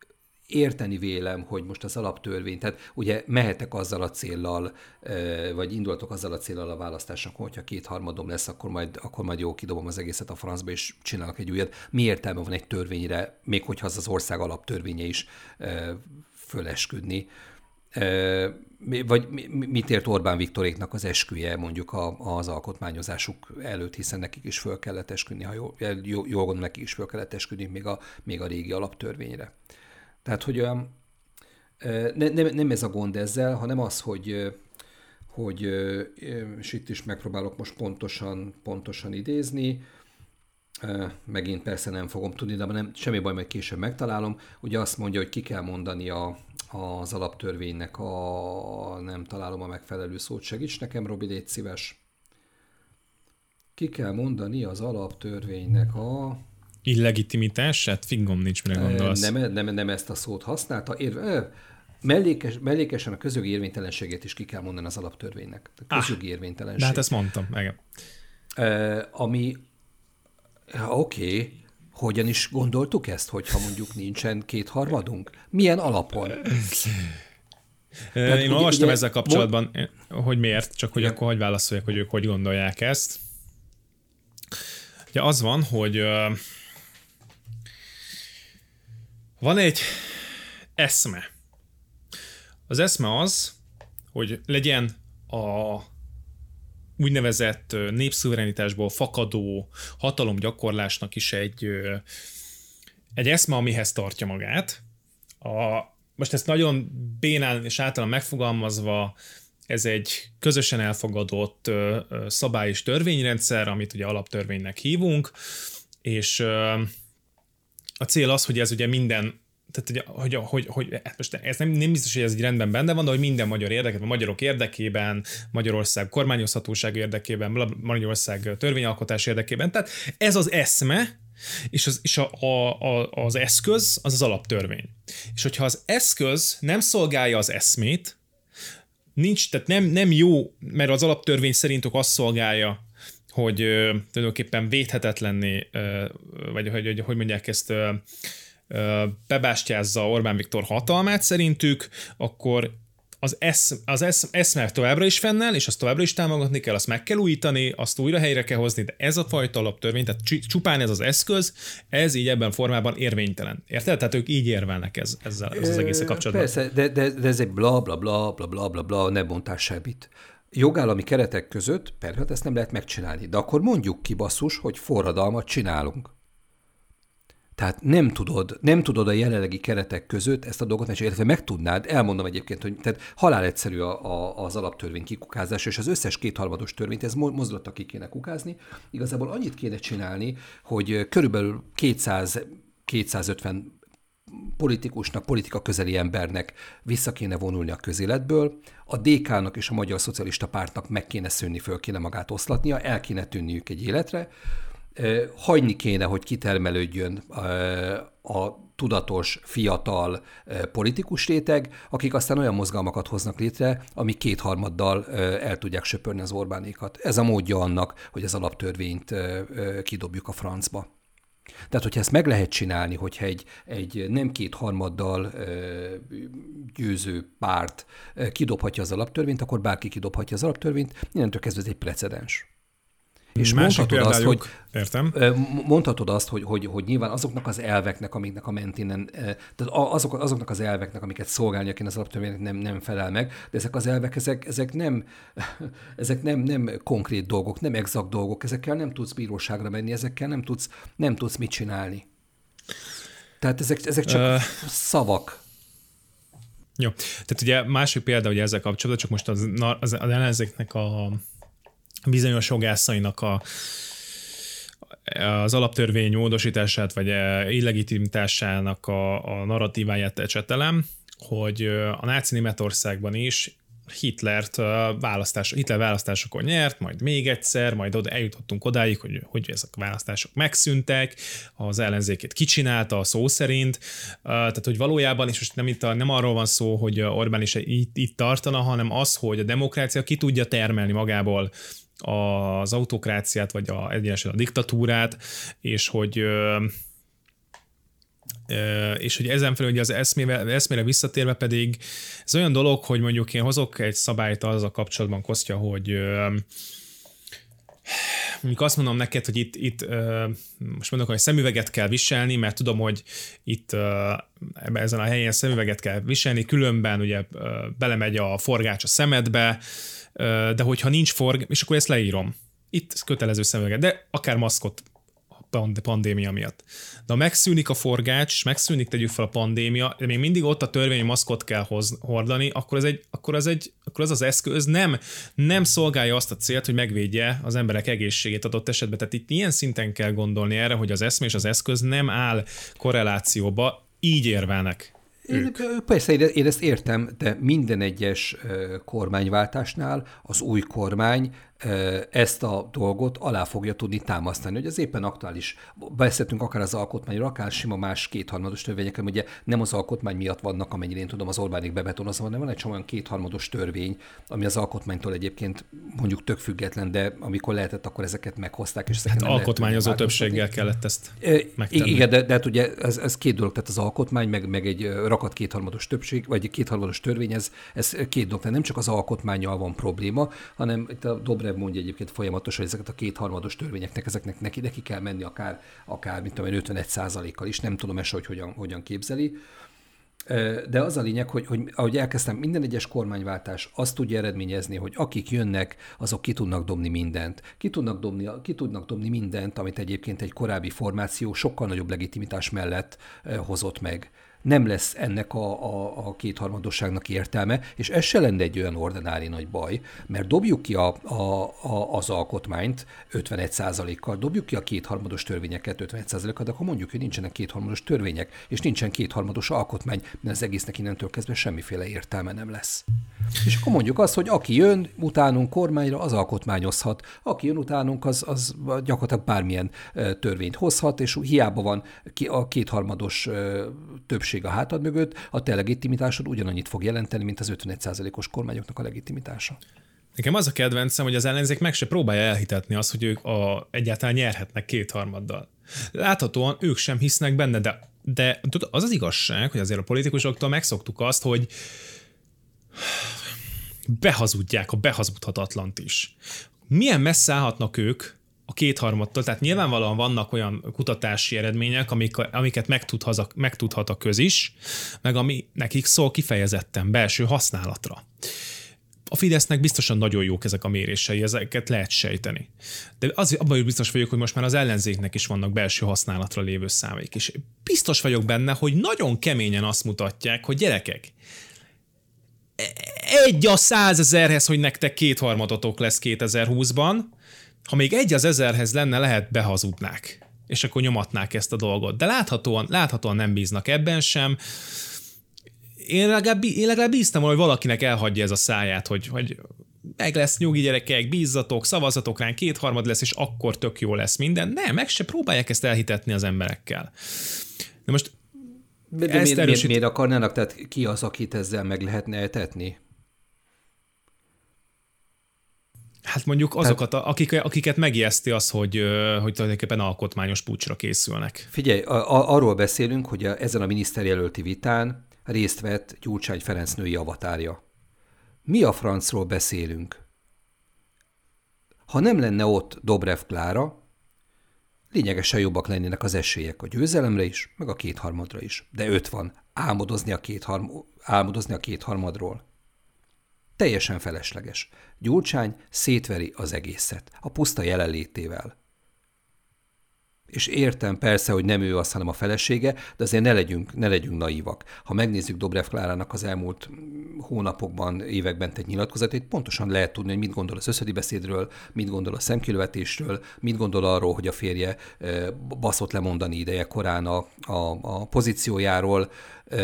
érteni vélem, hogy most az alaptörvény, tehát ugye mehetek azzal a céllal, vagy indulatok azzal a céllal a választásnak, hogyha 2/3 lesz, akkor majd jó, kidobom az egészet a francba, és csinálok egy újat. Mi értelme van egy törvényre, még hogyha az ország alaptörvénye is fölesküdni? Vagy mit ért Orbán Viktoréknak az esküje mondjuk az alkotmányozásuk előtt, hiszen nekik is föl kellett esküdni, ha jól gondolom, nekik is föl kellett esküdni még a régi alaptörvényre. Tehát, hogy nem ez a gond ezzel, hanem az, hogy és itt is megpróbálok most pontosan idézni, megint persze nem fogom tudni, de nem, semmi baj, majd később megtalálom. Ugye azt mondja, hogy ki kell mondani az alaptörvénynek nem találom a megfelelő szót, segíts nekem, Robi, légy szíves. Ki kell mondani az alaptörvénynek illegitimitását? Figgom nincs, mire gondolsz. Nem ezt a szót használta. Mellékesen a közjogi érvénytelenségét is ki kell mondani az alaptörvénynek. A közjogi érvénytelenség. De hát ezt mondtam, igen. Ami oké, hogyan is gondoltuk ezt, hogyha mondjuk nincsen 2/3? Milyen alapon? Én olvastam ezzel kapcsolatban, hogy miért, csak hogy akkor hogy válaszoljak, hogy ők hogy gondolják ezt. Ugye az van, hogy van egy eszme. Az eszme az, hogy legyen a úgynevezett népszuverenitásból fakadó hatalomgyakorlásnak is egy eszme, amihez tartja magát. Most ezt nagyon bénán és általán megfogalmazva, ez egy közösen elfogadott szabály- és törvényrendszer, amit ugye alaptörvénynek hívunk, és a cél az, hogy ez ugye minden, tehát hogy most ez nem biztos, hogy ez így rendben benne van, de hogy minden magyar érdekében, magyarok érdekében, Magyarország kormányozhatóság érdekében, Magyarország törvényalkotás érdekében, tehát ez az eszme, és az eszköz az az alaptörvény. És hogyha az eszköz nem szolgálja az eszmét, tehát nem jó, mert az alaptörvény szerintük azt szolgálja, hogy tulajdonképpen védhetetlenné, vagy hogy mondják ezt, bebástyázza Orbán Viktor hatalmát szerintük, akkor az eszme továbbra is fennáll, és azt továbbra is támogatni kell, azt meg kell újítani, azt újra helyre kell hozni, de ez a fajta alaptörvény, tehát csupán ez az eszköz, ez így ebben a formában érvénytelen. Érted? Tehát ők így érvelnek ezzel az egész kapcsolatban. Persze, de ez egy bla bla bla bla bla bla bla, ne bontál semmit. Jogállami keretek között persze ezt nem lehet megcsinálni, de akkor mondjuk ki, basszus, hogy forradalmat csinálunk. Tehát nem tudod a jelenlegi keretek között ezt a dolgot megcsinálni, illetve meg tudnád, elmondom egyébként, hogy tehát halál egyszerű az alaptörvény kikukázása, és az összes 2/3 törvényt, ez mozdulattal ki kéne kukázni. Igazából annyit kéne csinálni, hogy körülbelül 200-250 politikusnak, politika közeli embernek vissza kéne vonulni a közéletből, a DK-nak és a Magyar Szocialista Pártnak meg kéne szűnni, föl kéne magát oszlatnia, el kéne tűnniük egy életre, hagyni kéne, hogy kitermelődjön a tudatos, fiatal politikus réteg, akik aztán olyan mozgalmakat hoznak létre, amik 2/3 el tudják söpörni az Orbánékat. Ez a módja annak, hogy az alaptörvényt kidobjuk a francba. Tehát, hogyha ezt meg lehet csinálni, hogyha egy nem 2/3 győző párt kidobhatja az alaptörvényt, akkor bárki kidobhatja az alaptörvényt, innentől kezdve ez egy precedens. És mondhatod azt, hogy nyilván azoknak az elveknek, amiknek a mentén tehát azoknak az elveknek, amiket szolgálnia kéne az alaptörvénynek nem felel meg, de ezek az elvek, ezek nem konkrét dolgok, nem exakt dolgok, ezekkel nem tudsz bíróságra menni, ezekkel nem tudsz mit csinálni. Tehát ezek csak szavak. Jó, tehát ugye másik példa ugye ezzel kapcsolatban, csak most az ellenzéknek a bizonyos jogászainak az alaptörvény módosítását, vagy illegitimitásának a narratíváját ecsetelem, hogy a náci Németországban is Hitler választásokon nyert, majd még egyszer, majd eljutottunk odáig, hogy ezek a választások megszűntek, az ellenzékét kicsinálta a szó szerint, tehát hogy valójában, és most nem arról van szó, hogy Orbán is itt tartana, hanem az, hogy a demokrácia ki tudja termelni magából az autokráciát, vagy egyenesen a diktatúrát, és hogy És hogy ezen felül ugye az eszmére visszatérve pedig ez olyan dolog, hogy mondjuk én hozok egy szabályt azzal kapcsolatban, Kostya, hogy mondjuk azt mondom neked, hogy itt most mondok, hogy szemüveget kell viselni, mert tudom, hogy itt ezen a helyen szemüveget kell viselni, különben ugye belemegy a forgács a szemedbe, de hogyha nincs és akkor ezt leírom. Itt kötelező szemüveget, de akár maszkot pandémia miatt. De ha megszűnik a forgács, és megszűnik, tegyük fel a pandémia, de még mindig ott a törvény, maszkot kell hordani, akkor az eszköz nem szolgálja azt a célt, hogy megvédje az emberek egészségét adott esetben. Tehát itt ilyen szinten kell gondolni erre, hogy az eszme és az eszköz nem áll korrelációba, így érvelnek. Persze, én ezt értem, de minden egyes kormányváltásnál az új kormány ezt a dolgot alá fogja tudni támasztani, hogy az éppen aktuális, beszéltünk akár az alkotmányról, akár sima más kétharmados törvényeken, ugye nem az alkotmány miatt vannak, amennyire én tudom, az Orbánék bebetonozva, hanem van egy csomó olyan kétharmados törvény, ami az alkotmánytól egyébként mondjuk tök független, de amikor lehetett, akkor ezeket meghozták. És ezeket alkotmányozó többséggel kellett ezt megtenni. Igen, de hát ugye ez két dolog, tehát az alkotmány, meg egy rakat kétharmados többség, vagy egy kétharmados törvény, ez két dolog, tehát nem csak az alkotmánnyal van probléma, hanem itt a Dobrev mondja egyébként folyamatosan, hogy ezeket a kétharmados törvényeknek, ezeknek neki kell menni akár mint tudom, 51%-kal is, nem tudom ezt, hogy hogyan képzeli. De az a lényeg, hogy ahogy elkezdtem, minden egyes kormányváltás azt tudja eredményezni, hogy akik jönnek, azok ki tudnak dobni mindent. Ki tudnak dobni mindent, amit egyébként egy korábbi formáció sokkal nagyobb legitimitás mellett hozott meg. Nem lesz ennek a kétharmadosságnak értelme, és ez se lenne egy olyan ordinári nagy baj, mert dobjuk ki az alkotmányt 51%-kal, dobjuk ki a kétharmados törvényeket 51%-kal, de akkor mondjuk, hogy nincsenek kétharmados törvények, és nincsen kétharmados alkotmány, mert az egésznek innentől kezdve semmiféle értelme nem lesz. És akkor mondjuk azt, hogy aki jön utánunk kormányra, az alkotmányozhat. Aki jön utánunk, az gyakorlatilag bármilyen törvényt hozhat, és hiába van a kétharmados többség a hátad mögött, a te legitimitásod ugyanannyit fog jelenteni, mint az 51%-os kormányoknak a legitimitása. Nekem az a kedvencem, hogy az ellenzék meg se próbálja elhitetni azt, hogy ők egyáltalán nyerhetnek kétharmaddal. Láthatóan ők sem hisznek benne, de az az igazság, hogy azért a politikusoktól megszoktuk azt, hogy behazudják a behazudhatatlant is. Milyen messze állhatnak ők a kétharmadtól, tehát nyilvánvalóan vannak olyan kutatási eredmények, amiket megtudhat a köz is, meg ami nekik szól kifejezetten belső használatra. A Fidesznek biztosan nagyon jók ezek a mérései, ezeket lehet sejteni. De abban is biztos vagyok, hogy most már az ellenzéknek is vannak belső használatra lévő számaik. És biztos vagyok benne, hogy nagyon keményen azt mutatják, hogy gyerekek, 1 a 100 000-hez, hogy nektek kétharmadotok lesz 2020-ban, ha még 1 az 1000-hez lenne, lehet behazudnák, és akkor nyomatnák ezt a dolgot. De láthatóan nem bíznak ebben sem. Én legalább bíztam, hogy valakinek elhagyja ez a száját, hogy meg lesz, nyugi gyerekek, bízzatok, szavazzatok ránk, kétharmad lesz, és akkor tök jó lesz minden. Nem, meg se próbálják ezt elhitetni az emberekkel. De most miért akarnának? Tehát ki az, akit ezzel meg lehetne etetni? Hát mondjuk azokat, akiket megijeszti az, hogy tulajdonképpen alkotmányos puccsra készülnek. Figyelj, arról beszélünk, hogy ezen a miniszterjelölti vitán részt vett Gyurcsány Ferenc női avatárja. Mi a francról beszélünk? Ha nem lenne ott Dobrev Klára, lényegesen jobbak lennének az esélyek a győzelemre is, meg a kétharmadra is. De 5 van. Álmodozni a kétharmadról. Teljesen felesleges. Gyurcsány szétveri az egészet, a puszta jelenlétével. És értem persze, hogy nem ő az, hanem a felesége, de azért ne legyünk naívak. Ha megnézzük Dobrev Klárának az elmúlt hónapokban, években tett nyilatkozatét, pontosan lehet tudni, hogy mit gondol az összödi beszédről, mit gondol a szemkilövetésről, mit gondol arról, hogy a férje baszott lemondani ideje korán a pozíciójáról.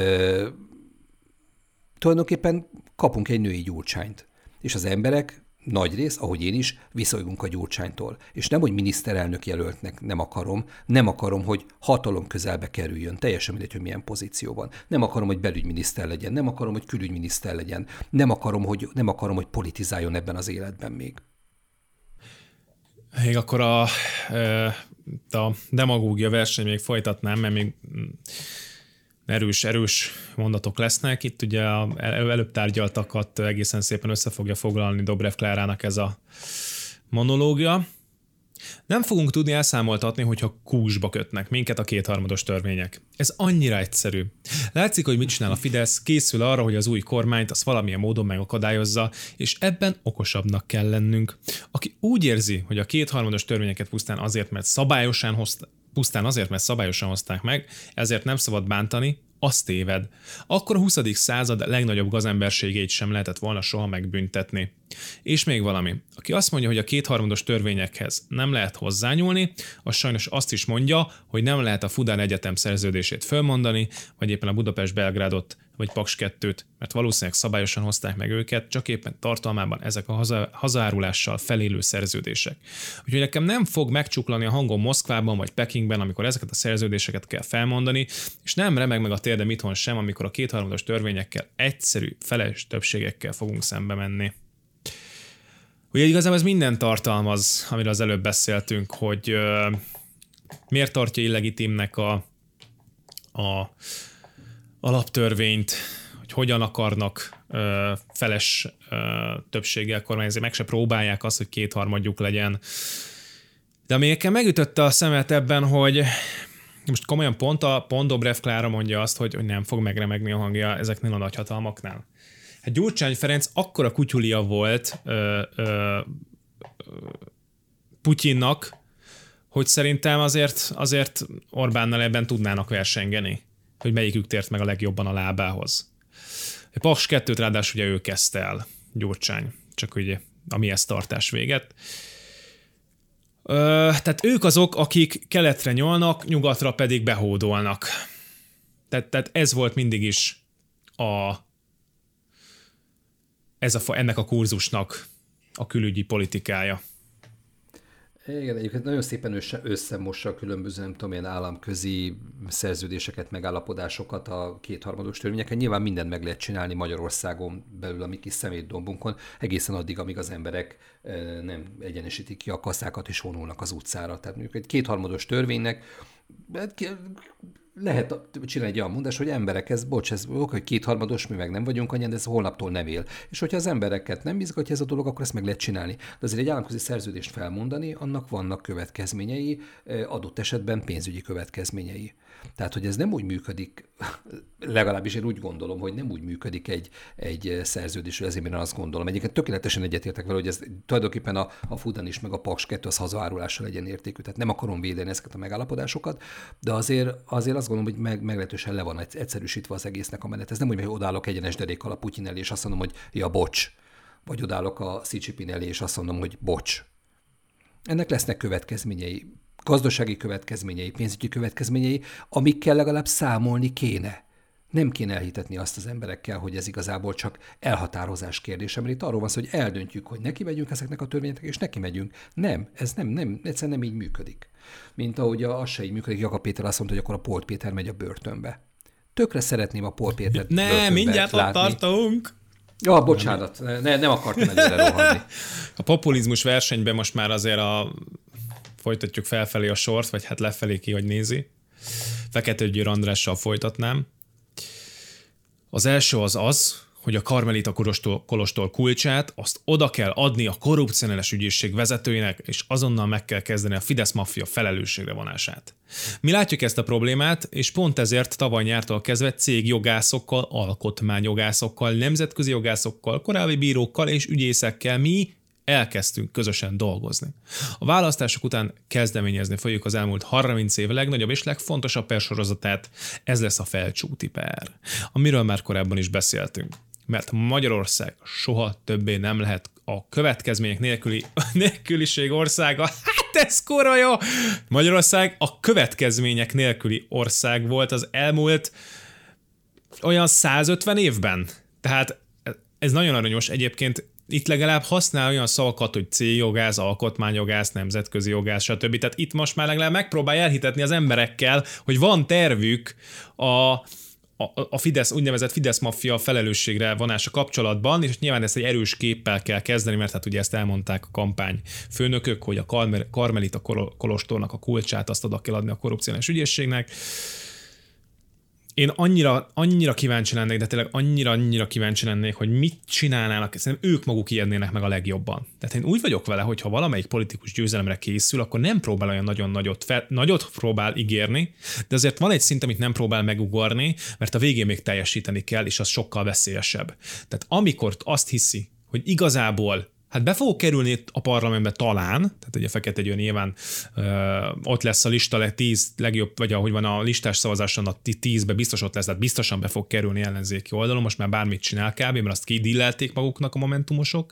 Tulajdonképpen kapunk egy női Gyurcsányt. És az emberek nagy rész, ahogy én is, viszolygunk a Gyurcsánytól. És nem, hogy miniszterelnök jelöltnek nem akarom, hogy hatalom közelbe kerüljön, teljesen mindegy, hogy milyen pozícióban. Nem akarom, hogy belügyminiszter legyen, nem akarom, hogy külügyminiszter legyen, nem akarom, hogy politizáljon ebben az életben még. Még akkor a demagógia verseny még folytatnám, mert még erős mondatok lesznek. Itt ugye előbb tárgyaltakat egészen szépen össze fogja foglalni Dobrev Klárának ez a monológia. Nem fogunk tudni elszámoltatni, hogyha kúsba kötnek minket a kétharmados törvények. Ez annyira egyszerű. Látszik, hogy mit csinál a Fidesz, készül arra, hogy az új kormányt azt valamilyen módon megakadályozza, és ebben okosabbnak kell lennünk. Aki úgy érzi, hogy a kétharmados törvényeket pusztán azért, mert szabályosan hozták meg, ezért nem szabad bántani, az téved. Akkor a 20. század legnagyobb gazemberségét sem lehetett volna soha megbüntetni. És még valami. Aki azt mondja, hogy a kétharmados törvényekhez nem lehet hozzányúlni, az sajnos azt is mondja, hogy nem lehet a Fudán Egyetem szerződését fölmondani, vagy éppen a Budapest-Belgrádot, vagy Paks 2-t, mert valószínűleg szabályosan hozták meg őket, csak éppen tartalmában ezek a hazárulással felélő szerződések. Úgyhogy nekem nem fog megcsuklani a hangom Moszkvában vagy Pekingben, amikor ezeket a szerződéseket kell felmondani, és nem remeg meg a térdem itthon sem, amikor a kétharmados törvényekkel egyszerű, feles többségekkel fogunk szembe menni. Ugye igazából ez minden tartalmaz, amiről az előbb beszéltünk, hogy miért tartja illegitimnek a alaptörvényt, hogy hogyan akarnak feles többséggel kormányozni, meg se próbálják azt, hogy kétharmadjuk legyen. De ami nekem megütötte a szemet ebben, hogy most komolyan pont Dobrev Klára mondja azt, hogy nem fog megremegni a hangja ezeknél a nagyhatalmaknál. Hát Gyurcsány Ferenc akkora kutyulia volt Putyinnak, hogy szerintem azért Orbánnal ebben tudnának versengeni, hogy melyikük tért meg a legjobban a lábához. A Paks 2-t ráadásul ugye ő kezdte el, Gyurcsány, csak ugye a mihez tartás véget. Tehát ők azok, akik keletre nyolnak, nyugatra pedig behódolnak. Tehát ez volt mindig is ennek a kurzusnak a külügyi politikája. Igen, egyébként nagyon szépen összemossa a különböző, nem tudom, ilyen államközi szerződéseket, megállapodásokat a kétharmados törvényeken. Nyilván mindent meg lehet csinálni Magyarországon belül, a mi kis szemétdombunkon, egészen addig, amíg az emberek nem egyenesítik ki a kasszákat és vonulnak az utcára. Tehát mondjuk egy kétharmados törvénynek lehet csinálni egy olyan mondás, hogy emberek, ez hogy kétharmados, mi meg nem vagyunk annyian, de ez holnaptól nem él. És hogyha az embereket nem izgatja ez a dolog, akkor ezt meg lehet csinálni. De azért egy államközi szerződést felmondani, annak vannak következményei, adott esetben pénzügyi következményei. Tehát, hogy ez nem úgy működik, legalábbis én úgy gondolom, hogy nem úgy működik egy szerződés, hogy ezért én azt gondolom. Egyébként tökéletesen egyetértek vele, hogy ez tulajdonképpen a Fudan is, meg a Paks 2 az hazaárulással legyen értékű. Tehát nem akarom védeni ezeket a megállapodásokat, de azért azt gondolom, hogy meglehetősen le van egyszerűsítve az egésznek a menet. Ez nem úgy, hogy odállok egyenes derékkal a Putyin elé, és azt mondom, hogy ja, bocs. Vagy odállok a Xi Jinping elé, és azt mondom, hogy bocs. Ennek lesznek következményei. Gazdasági következményei, pénzügyi következményei, amikkel legalább számolni kéne. Nem kéne elhitetni azt az emberekkel, hogy ez igazából csak elhatározás kérdése, mert itt arról van szó, hogy eldöntjük, hogy neki megyünk ezeknek a törvényeknek, és neki megyünk. Nem, ez nem, egyszerűen nem így működik. Mint ahogy az se így működik, Jakab Péter azt mondta, hogy akkor a Polt Péter megy a börtönbe. Tökre szeretném a Polt Pétert börtönbe mindjárt látni. Ott tartunk. Ja, bocsánat, nem akartam előre rohanni. A populizmus versenyben most már azért folytatjuk felfelé a sort, vagy hát lefelé ki, hogy nézi. Fekete Győr Andrással folytatnám. Az első az, hogy a Karmelita kolostor kulcsát azt oda kell adni a korrupcionális ügyészség vezetőjének, és azonnal meg kell kezdeni a Fidesz maffia felelősségre vonását. Mi látjuk ezt a problémát, és pont ezért tavaly nyártól kezdve cégjogászokkal, alkotmányjogászokkal, nemzetközi jogászokkal, korábbi bírókkal és ügyészekkel mi elkezdtünk közösen dolgozni. A választások után kezdeményezni fogjuk az elmúlt 30 év legnagyobb és legfontosabb persorozatát, ez lesz a Felcsúti per, amiről már korábban is beszéltünk. Mert Magyarország soha többé nem lehet a következmények nélküliség országa. Hát ez kurva jó! Magyarország a következmények nélküli ország volt az elmúlt olyan 150 évben. Tehát ez nagyon aranyos egyébként. Itt legalább használ olyan szavakat, hogy céljogász, alkotmányjogász, nemzetközi jogász, stb. Tehát itt most már legalább megpróbálja elhitetni az emberekkel, hogy van tervük a Fidesz, úgynevezett Fidesz maffia felelősségre vonása kapcsolatban, és nyilván ezt egy erős képpel kell kezdeni, mert hát ugye ezt elmondták a kampány főnökök, hogy a Karmelita kolostornak a kulcsát azt oda kell adni a korrupciós ügyészségnek. én annyira kíváncsi lennék, de tényleg annyira kíváncsi lennék, hogy mit csinálnának, szerintem ők maguk ijednének meg a legjobban. Tehát én úgy vagyok vele, hogy ha valamelyik politikus győzelemre készül, akkor nem próbál olyan nagyon nagyot próbál ígérni, de azért van egy szint, amit nem próbál megugorni, mert a végén még teljesíteni kell, és az sokkal veszélyesebb. Tehát amikor azt hiszi, hogy igazából hát be fogok kerülni a parlamentbe talán, tehát ugye Fekete Győr nyilván ott lesz a lista 10 legjobb, vagy ahogy van a listás szavazáson a 10-be biztos ott lesz, tehát biztosan be fog kerülni ellenzéki oldalon, most már bármit csinál kb., mert azt kidillelték maguknak a momentumosok.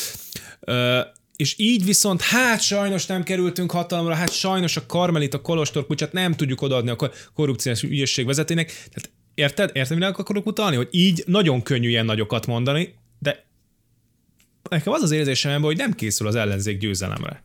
És így viszont, hát sajnos nem kerültünk hatalomra, hát sajnos a Karmelita Kolostor kutyát nem tudjuk odaadni a korrupciós ügyészség vezetőnek. Tehát érted, mire akarok utalni? Hogy így nagyon könnyű ilyen nagyokat mondani, de nekem az az érzésem, hogy nem készül az ellenzék győzelemre.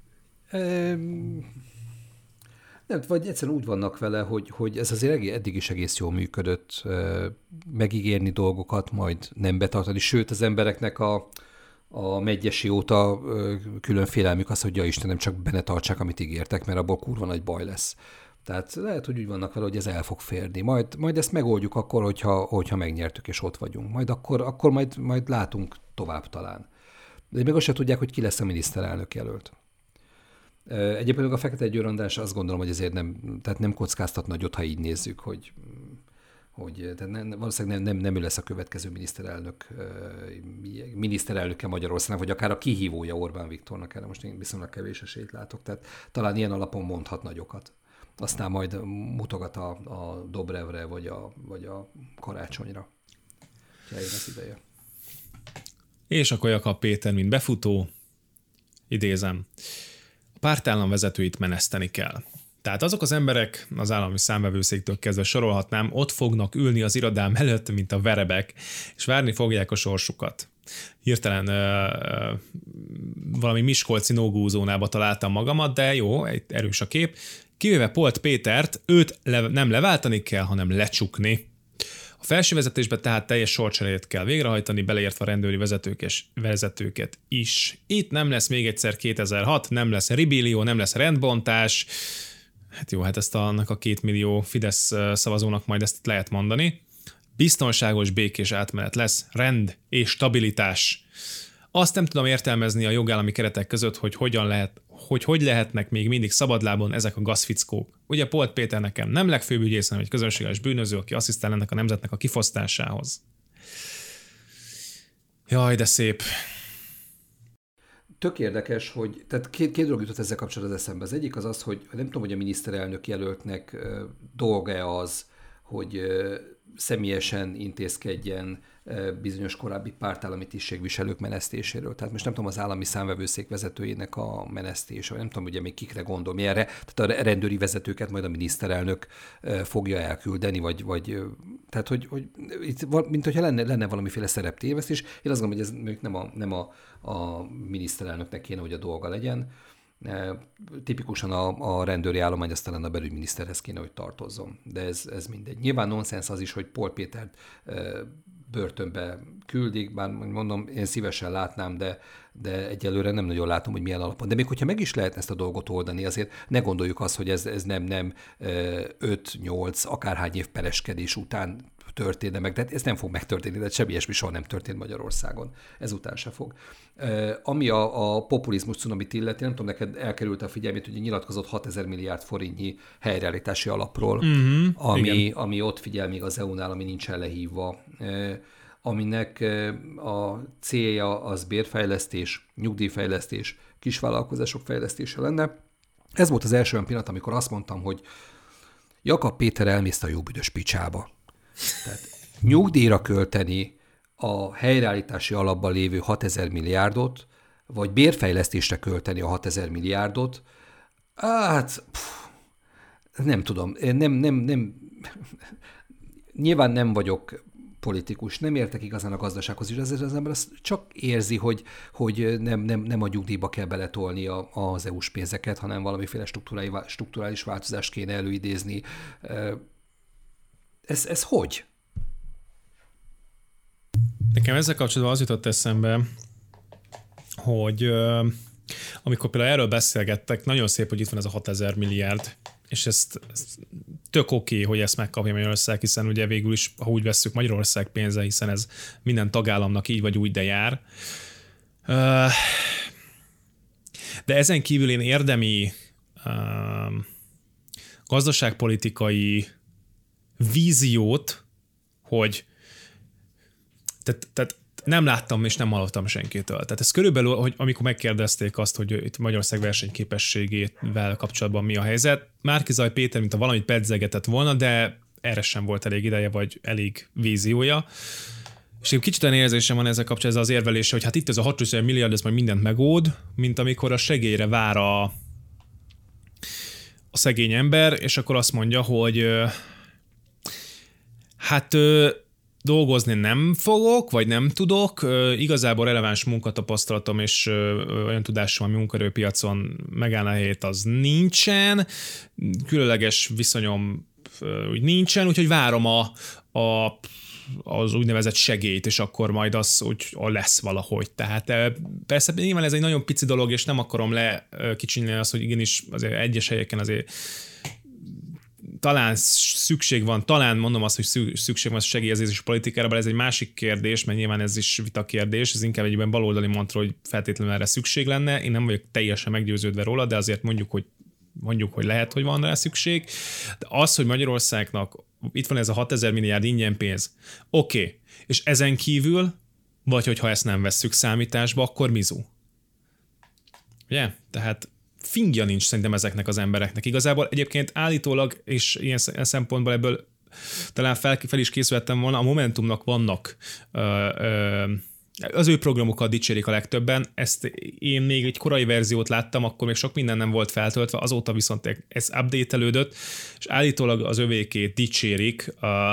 Nem, vagy egyszerűen úgy vannak vele, hogy ez azért eddig is egész jól működött, megígérni dolgokat, majd nem betartani. Sőt, az embereknek a Medgyessy óta külön félelmük az, hogy ja Istenem, csak be ne tartsák, amit ígértek, mert abból kurva nagy baj lesz. Tehát lehet, hogy úgy vannak vele, hogy ez el fog férni. Majd ezt megoldjuk akkor, hogyha megnyertük és ott vagyunk. Akkor majd látunk tovább talán. De meg azt sem tudják, hogy ki lesz a miniszterelnök jelölt. Egyébként a Fekete Győr András azt gondolom, hogy ezért nem kockáztat nagyot, ha így nézzük, hogy valószínűleg nem ő lesz a következő miniszterelnöke Magyarországnak, vagy akár a kihívója Orbán Viktornak, erre most én viszonylag kevés esélyt látok. Tehát talán ilyen alapon mondhat nagyokat. Aztán majd mutogat a Dobrevre, vagy a Karácsonyra. Eljön az ideje. És akkor Jakab Péter, mint befutó, idézem, a pártállam vezetőit meneszteni kell. Tehát azok az emberek, az állami számvevőszéktől kezdve sorolhatnám, ott fognak ülni az irodám előtt, mint a verebek, és várni fogják a sorsukat. Hirtelen valami miskolci no-go-zónába találtam magamat, de jó, erős a kép. Kivéve Polt Pétert, őt nem leváltani kell, hanem lecsukni. A felső vezetésben tehát teljes sorcserét kell végrehajtani, beleértve a rendőri vezetőket is. Itt nem lesz még egyszer 2006, nem lesz ribellió, nem lesz rendbontás. Hát jó, hát annak a 2 millió Fidesz szavazónak majd ezt lehet mondani. Biztonságos, békés átmenet lesz, rend és stabilitás. Azt nem tudom értelmezni a jogállami keretek között, hogy lehetnek még mindig szabadlábon ezek a gazfickók. Ugye Polt Péter nekem nem legfőbb ügyész, hanem egy közönséges bűnöző, aki asszisztál ennek a nemzetnek a kifosztásához. Jaj, de szép. Tök érdekes, hogy tehát két dolog jutott ezzel kapcsolatban az eszembe. Az egyik az, hogy nem tudom, hogy a miniszterelnök jelöltnek dolga az, hogy személyesen intézkedjen bizonyos korábbi pártállami tisztségviselők menesztéséről. Tehát most nem tudom, az állami számvevőszék vezetőjének a menesztése, vagy nem tudom, ugye még kikre gondol, mi erre, tehát a rendőri vezetőket majd a miniszterelnök fogja elküldeni, vagy tehát, hogy itt, mint hogyha lenne valamiféle szereptévesztés. Én azt gondolom, hogy ez nem a miniszterelnöknek kéne, hogy a dolga legyen. Tipikusan a rendőri állomány aztán a belügyminiszterhez kéne, hogy tartozzon. De ez mindegy. Nyilván nonsens az is, hogy Polt Pétert börtönbe küldik, bár mondom, én szívesen látnám, de egyelőre nem nagyon látom, hogy milyen alapon. De még hogyha meg is lehetne ezt a dolgot oldani, azért ne gondoljuk azt, hogy ez nem 5-8, akárhány év pereskedés után történne meg, de ez nem fog megtörténni, de semmi ilyesmi soha nem történt Magyarországon. Ezután se fog. Ami a populizmus cunamit illeti, nem tudom, neked elkerült a figyelmét, hogy nyilatkozott 6000 milliárd forintnyi helyreállítási alapról, ami ott figyel még az EU-nál, ami nincsen lehívva, aminek a célja az bérfejlesztés, nyugdíjfejlesztés, kisvállalkozások fejlesztése lenne. Ez volt az első olyan pillanat, amikor azt mondtam, hogy Jakab Péter elmész a jó büdös picsába. Tehát nyugdíjra költeni a helyreállítási alapban lévő 6000 milliárdot, vagy bérfejlesztésre költeni a 6000 milliárdot, hát nem tudom, nem, nyilván nem vagyok politikus, nem értek igazán a gazdasághoz is, ezért az ember azt csak érzi, hogy nem a nyugdíjba kell beletolni az EU-s pénzeket, hanem valamiféle strukturális változást kéne előidézni. Ez hogy? Nekem ezzel kapcsolatban az jutott eszembe, hogy amikor például erről beszélgettek, nagyon szép, hogy itt van ez a 6000 milliárd, és ezt tök oké, hogy ezt megkapja Magyarország, hiszen ugye végül is, ha úgy vesszük, Magyarország pénze, hiszen ez minden tagállamnak így vagy úgy, de jár. De ezen kívül én érdemi gazdaságpolitikai víziót, hogy tehát nem láttam és nem hallottam senkitől. Tehát ez körülbelül, hogy amikor megkérdezték azt, hogy itt Magyarország versenyképességével kapcsolatban mi a helyzet, Márki-Zay Péter, mint a valamit pedzegetett volna, de erre sem volt elég ideje, vagy elég víziója. És egy kicsit olyan érzésem van ezzel kapcsolatban, ez az érvelése, hogy hát itt ez a 600 milliárd, ez majd mindent megód, mint amikor a segélyre vár a szegény ember, és akkor azt mondja, hogy dolgozni nem fogok, vagy nem tudok, igazából releváns munkatapasztalatom és olyan tudásom, ami munkaerőpiacon megállna helyét, az nincsen, különleges viszonyom úgy nincsen, úgyhogy várom az úgynevezett segélyt, és akkor majd az úgy lesz valahogy. Tehát persze nyilván ez egy nagyon pici dolog, és nem akarom lekicsinni azt, hogy igenis azért egyes helyeken azért talán szükség van, talán mondom azt, hogy szükség van segélyezés politikára, de ez egy másik kérdés, mert nyilván ez is vita kérdés, ez inkább egyben baloldali mantra, hogy feltétlenül erre szükség lenne. Én nem vagyok teljesen meggyőződve róla, de azért mondjuk, hogy lehet, hogy van rá szükség. De az, hogy Magyarországnak itt van ez a 6000 milliárd ingyen pénz, oké. És ezen kívül, vagy hogyha ezt nem vesszük számításba, akkor mizu. Ugye? Tehát fingja nincs szerintem ezeknek az embereknek. Igazából egyébként állítólag, és ilyen szempontból ebből talán fel is készültem volna, a Momentumnak vannak az ő programokat dicsérik a legtöbben, ezt én még egy korai verziót láttam, akkor még sok minden nem volt feltöltve, azóta viszont ez update-elődött, és állítólag az övékét dicsérik,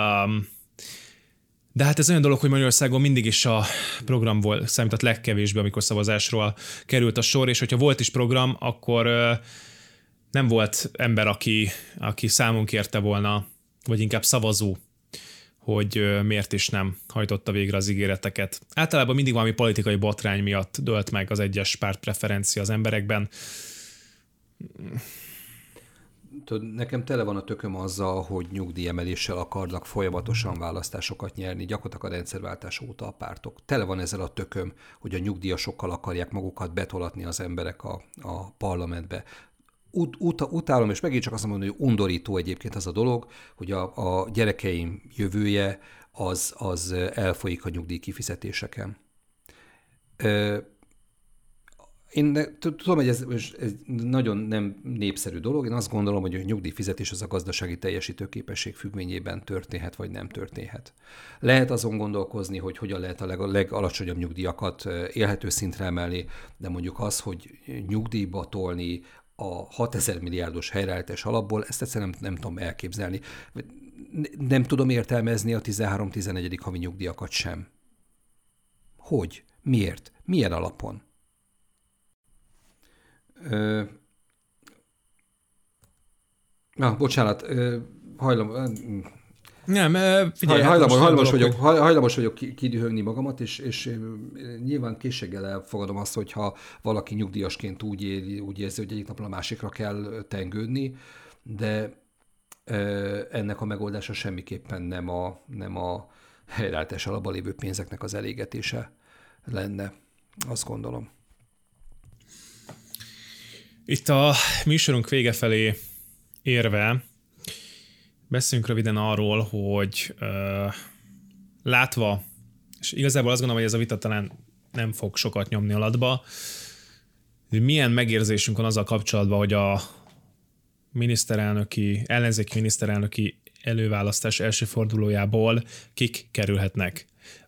de hát ez olyan dolog, hogy Magyarországon mindig is a program volt, számított legkevésbé, amikor szavazásról került a sor, és hogyha volt is program, akkor nem volt ember, aki számon kérte volna, vagy inkább szavazó, hogy miért is nem hajtotta végre az ígéreteket. Általában mindig valami politikai botrány miatt dölt meg az egyes pártpreferencia az emberekben. Nekem tele van a tököm azzal, hogy nyugdíjemeléssel akarnak folyamatosan választásokat nyerni, gyakorlatilag a rendszerváltás óta a pártok. Tele van ezzel a tököm, hogy a nyugdíjasokkal akarják magukat betolatni az emberek a parlamentbe. Utálom, és megint csak azt mondom, hogy undorító egyébként az a dolog, hogy a gyerekeim jövője az elfolyik a nyugdíj kifizetéseken. Én tudom, hogy ez nagyon nem népszerű dolog. Én azt gondolom, hogy a nyugdíjfizetés az a gazdasági teljesítőképesség függvényében történhet, vagy nem történhet. Lehet azon gondolkozni, hogy hogyan lehet a legalacsonyabb nyugdíjakat élhető szintre emelni, de mondjuk az, hogy nyugdíjba tolni a 6000 milliárdos helyreállítás alapból, ezt egyszerűen nem tudom elképzelni. Nem tudom értelmezni a 13-14. havi nyugdíjakat sem. Hogy? Miért? Milyen alapon? Bocsánat, hajlamos vagyok kidühögni magamat, és nyilván készséggel elfogadom azt, hogyha valaki nyugdíjasként úgy érzi, hogy egyik napról a másikra kell tengődni, de ennek a megoldása semmiképpen nem a helyreállítás alapban lévő pénzeknek az elégetése lenne, azt gondolom. Itt a műsorunk vége felé érve beszéljünk röviden arról, hogy látva, és igazából azt gondolom, hogy ez a vita talán nem fog sokat nyomni alatba, hogy milyen megérzésünk van azzal kapcsolatban, hogy a ellenzéki miniszterelnöki előválasztás első fordulójából kik kerülhetnek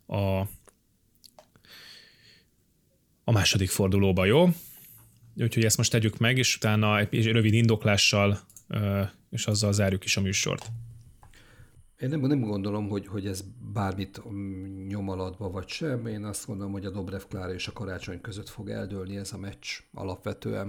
a második fordulóba, jó? Úgyhogy ezt most tegyük meg, és utána egy rövid indoklással, és azzal zárjuk is a műsort. Én nem gondolom, hogy ez bármit nyom alatba vagy sem. Én azt gondolom, hogy a Dobrev Klára és a Karácsony között fog eldőlni ez a meccs alapvetően.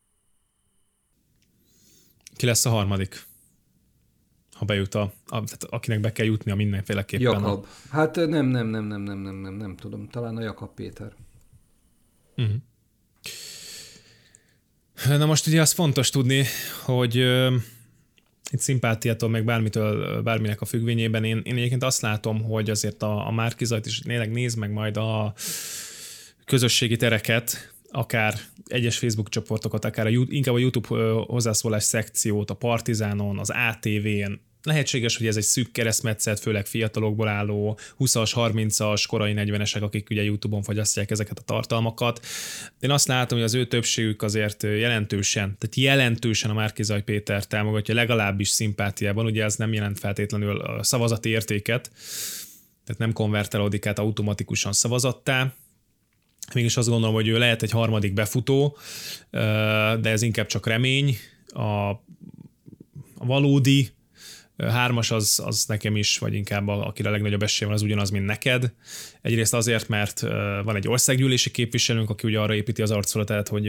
Ki lesz a harmadik? Ha bejut tehát akinek be kell jutnia mindenféleképpen. Jakab. Hát nem tudom. Talán a Jakab Péter. Uh-huh. Na most ugye az fontos tudni, hogy itt szimpátiától, meg bárminek a függvényében. Én egyébként azt látom, hogy azért a Márki-Zajt is nézd meg majd a közösségi tereket, akár egyes Facebook csoportokat, akár inkább a YouTube hozzászólás szekciót, a Partizánon, az ATV-n. Lehetséges, hogy ez egy szűk keresztmetszet, főleg fiatalokból álló 20-as, 30-as, korai 40-esek, akik ugye YouTube-on fogyasztják ezeket a tartalmakat. Én azt látom, hogy az ő többségük azért jelentősen a Márki-Zay Pétert támogatja, legalábbis szimpátiában, ugye ez nem jelent feltétlenül a szavazati értéket, tehát nem konvertálódik át automatikusan szavazattá. Mégis azt gondolom, hogy ő lehet egy harmadik befutó, de ez inkább csak remény. A valódi hármas az nekem is, vagy inkább akire a legnagyobb esélye van, az ugyanaz, mint neked. Egyrészt azért, mert van egy országgyűlési képviselőnk, aki ugye arra építi az arcolatát, hogy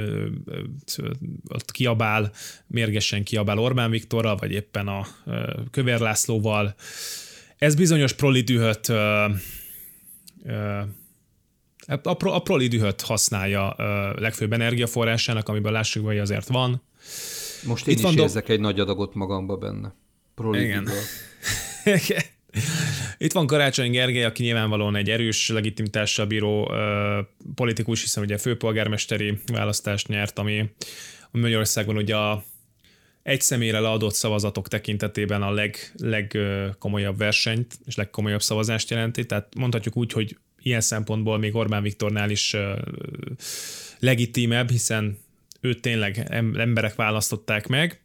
ott kiabál, mérgesen kiabál Orbán Viktorral, vagy éppen a Kövér Lászlóval. Ez bizonyos proli dühöt a proli dühöt használja legfőbb energiaforrásának, amiből lássuk, hogy azért van. Most én itt is érzek egy nagy adagot magamba benne. Igen. Itt van Karácsony Gergely, aki nyilvánvalóan egy erős legitimitással bíró politikus, hiszen ugye főpolgármesteri választást nyert, ami Magyarországon ugye egy személyre leadott szavazatok tekintetében a legkomolyabb versenyt és legkomolyabb szavazást jelenti. Tehát mondhatjuk úgy, hogy ilyen szempontból még Orbán Viktornál is legitimebb, hiszen őt tényleg emberek választották meg.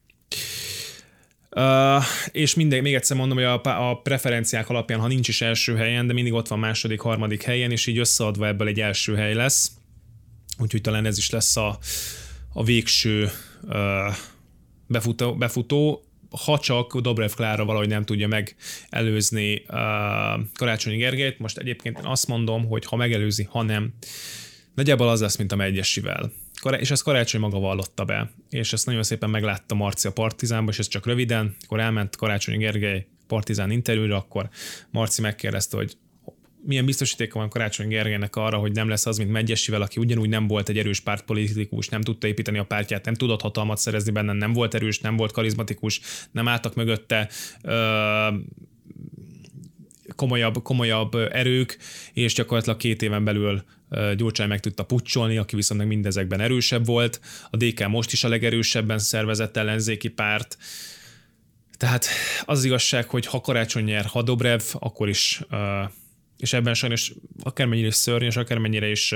És még egyszer mondom, hogy a preferenciák alapján, ha nincs is első helyen, de mindig ott van második, harmadik helyen, és így összeadva ebből egy első hely lesz. Úgyhogy talán ez is lesz a végső befutó, ha csak Dobrev Klára valahogy nem tudja megelőzni Karácsony Gergelyt. Most egyébként én azt mondom, hogy ha megelőzi, ha nem, nagyjából az lesz, mint a Megyesivel. És ezt Karácsony maga vallotta be, és ezt nagyon szépen meglátta Marci a Partizánban, és ez csak röviden, akkor elment Karácsony Gergely Partizán interjúra, akkor Marci megkérdezte, hogy milyen biztosítéka van Karácsony Gergelynek arra, hogy nem lesz az, mint Megyesivel, aki ugyanúgy nem volt egy erős pártpolitikus, nem tudta építeni a pártját, nem tudott hatalmat szerezni benne, nem volt erős, nem volt karizmatikus, nem álltak mögötte komolyabb erők, és gyakorlatilag 2 éven belül Gyurcsány meg tudta pucsolni, aki viszont meg mindezekben erősebb volt. A DK most is a legerősebben szervezett ellenzéki párt. Tehát az igazság, hogy ha Karácsony nyer, ha Dobrev, akkor is, és ebben sajnos akármennyire is szörnyes, akármennyire is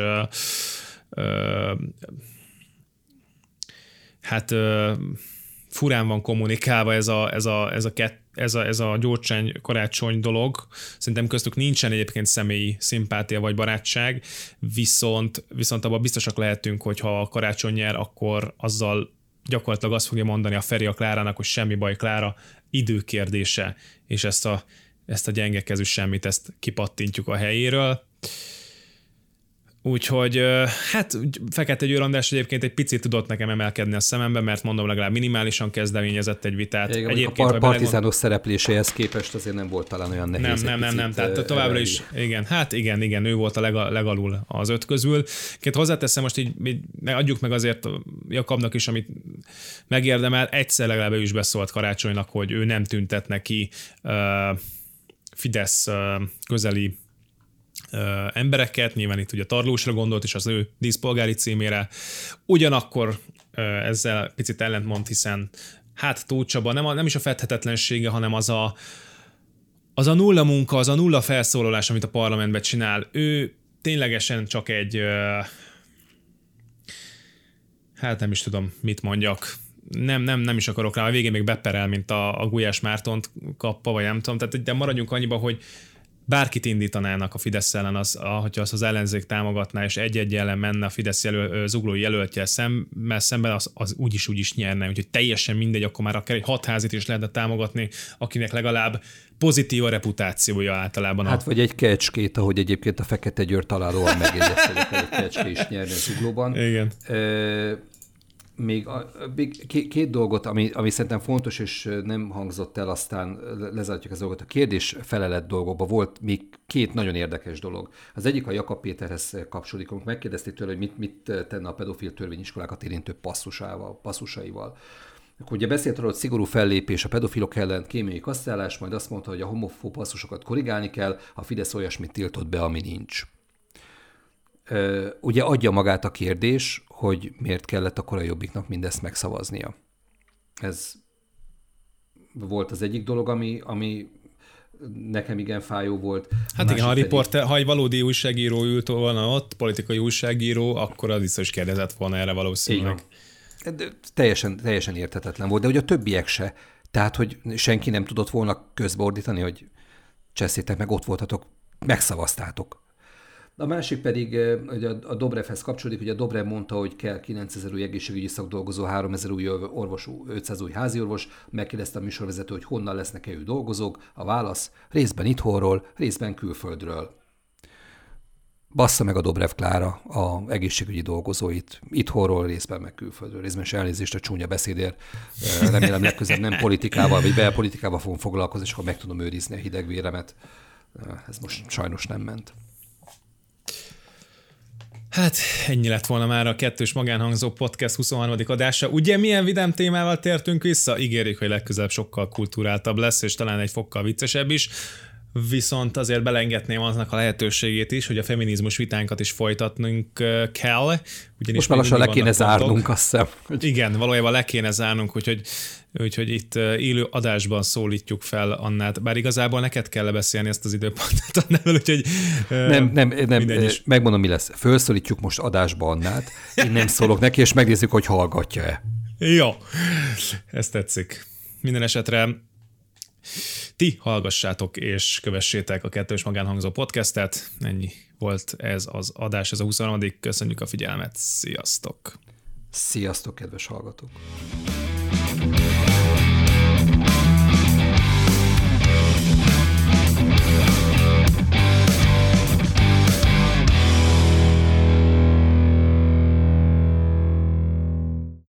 furán van kommunikálva ez a Gyurcsány-Karácsony dolog. Szerintem köztük nincsen egyébként személyi szimpátia vagy barátság, viszont abban biztosak lehetünk, hogy ha a Karácsony nyer, akkor azzal gyakorlatilag azt fogja mondani a Feri a Klárának, hogy semmi baj, Klára, időkérdése, és ezt a gyenge kezű semmit, ezt kipattintjuk a helyéről. Úgyhogy hát Fekete Győr András egyébként egy picit tudott nekem emelkedni a szemembe, mert mondom, legalább minimálisan kezdeményezett egy vitát. Igen, egyébként a partizános szerepléséhez képest azért nem volt talán olyan nehéz. Nem, tehát továbbra is, igen, ő volt a legalul az 5 közül. Két hozzáteszem, most így adjuk meg azért Jakabnak is, amit megérdemel, egyszer legalább ő is beszólt Karácsonynak, hogy ő nem tüntet neki Fidesz közeli embereket, nyilván itt ugye Tarlósra gondolt, és az ő díszpolgári címére. Ugyanakkor ezzel picit ellentmond, hiszen Tóth Csaba nem is a fedhetetlensége, hanem az a nulla munka, az a nulla felszólalás, amit a parlamentben csinál. Ő ténylegesen csak egy nem is tudom, mit mondjak. Nem is akarok rá, a végén még beperel, mint a Gulyás Mártont kappa, vagy nem tudom. Tehát de maradjunk annyiba, hogy bárkit indítanának a Fidesz ellen, hogyha azt az ellenzék támogatná, és egy-egy ellen menne a Fidesz zuglói jelöltje szemben, az úgyis nyerne. Úgyhogy teljesen mindegy, akkor már akár egy hatházit is lehetne támogatni, akinek legalább pozitív a reputációja általában. Vagy egy Kecskét, ahogy egyébként a Fekete Győr találóan megjegyezte, hogy egy Kecske is nyerne zuglóban. Igen. Még 2 dolgot, ami szerintem fontos, és nem hangzott el, aztán lezártjuk az dolgot. A kérdés-felelet dolgokban volt még 2 nagyon érdekes dolog. Az egyik a Jakab Péterhez kapcsolódik, amikor megkérdezték tőle, hogy mit tenne a pedofil törvényiskolákat érintő passzusaival. Akkor ugye beszélt arról, hogy szigorú fellépés a pedofilok ellen, kémiai kasztrálás, majd azt mondta, hogy a homofób passzusokat korrigálni kell, a Fidesz olyasmit tiltott be, ami nincs. Ugye adja magát a kérdés, hogy miért kellett akkor a Jobbiknak mindezt megszavaznia. Ez volt az egyik dolog, ami nekem igen fájó volt. Hát igen, ha egy valódi újságíró ült volna ott, politikai újságíró, akkor az biztos kérdezett volna erre valószínűleg. Teljesen érthetetlen volt, de hogy a többiek se. Tehát, hogy senki nem tudott volna közbeordítani, hogy cseszétek meg, ott voltatok, megszavaztátok. A másik pedig hogy a Dobrevhez kapcsolódik, hogy a Dobrev mondta, hogy kell 9000 új egészségügyi szakdolgozó, 3000 új orvos, 500 új háziorvos. Megkérdezte a műsorvezető, hogy honnan lesznek-e ő dolgozók. A válasz részben itthonról, részben külföldről. Bassza meg a Dobrev Klára a egészségügyi dolgozóit itthonról, részben meg külföldről, részben is elnézést a csúnya beszédért. Remélem legközelebb nem politikával, vagy belpolitikával fogom foglalkozni, és akkor meg tudom őrizni a hideg véremet. Ez most sajnos nem ment. Hát ennyi lett volna már a Kettős Magánhangzó Podcast 23. adása. Ugye milyen vidám témával tértünk vissza? Ígérjük, hogy legközelebb sokkal kulturáltabb lesz, és talán egy fokkal viccesebb is. Viszont azért belengedném aznak a lehetőségét is, hogy a feminizmus vitánkat is folytatnunk kell. Ugyanis most már lassan le kéne zárnunk, azt hiszem. Igen, valójában le kéne zárnunk, úgyhogy itt élő adásban szólítjuk fel Annát, bár igazából neked kell lebeszélni ezt az időpontot Annával, úgyhogy... Nem, megmondom, mi lesz. Fölszólítjuk most adásba Annát, én nem szólok neki, és megnézzük, hogy hallgatja-e. Jó, ez tetszik. Minden esetre ti hallgassátok és kövessétek a Kettős Magánhangzó Podcastet. Ennyi volt ez az adás, ez a 23. Köszönjük a figyelmet, sziasztok! Sziasztok, kedves hallgatók!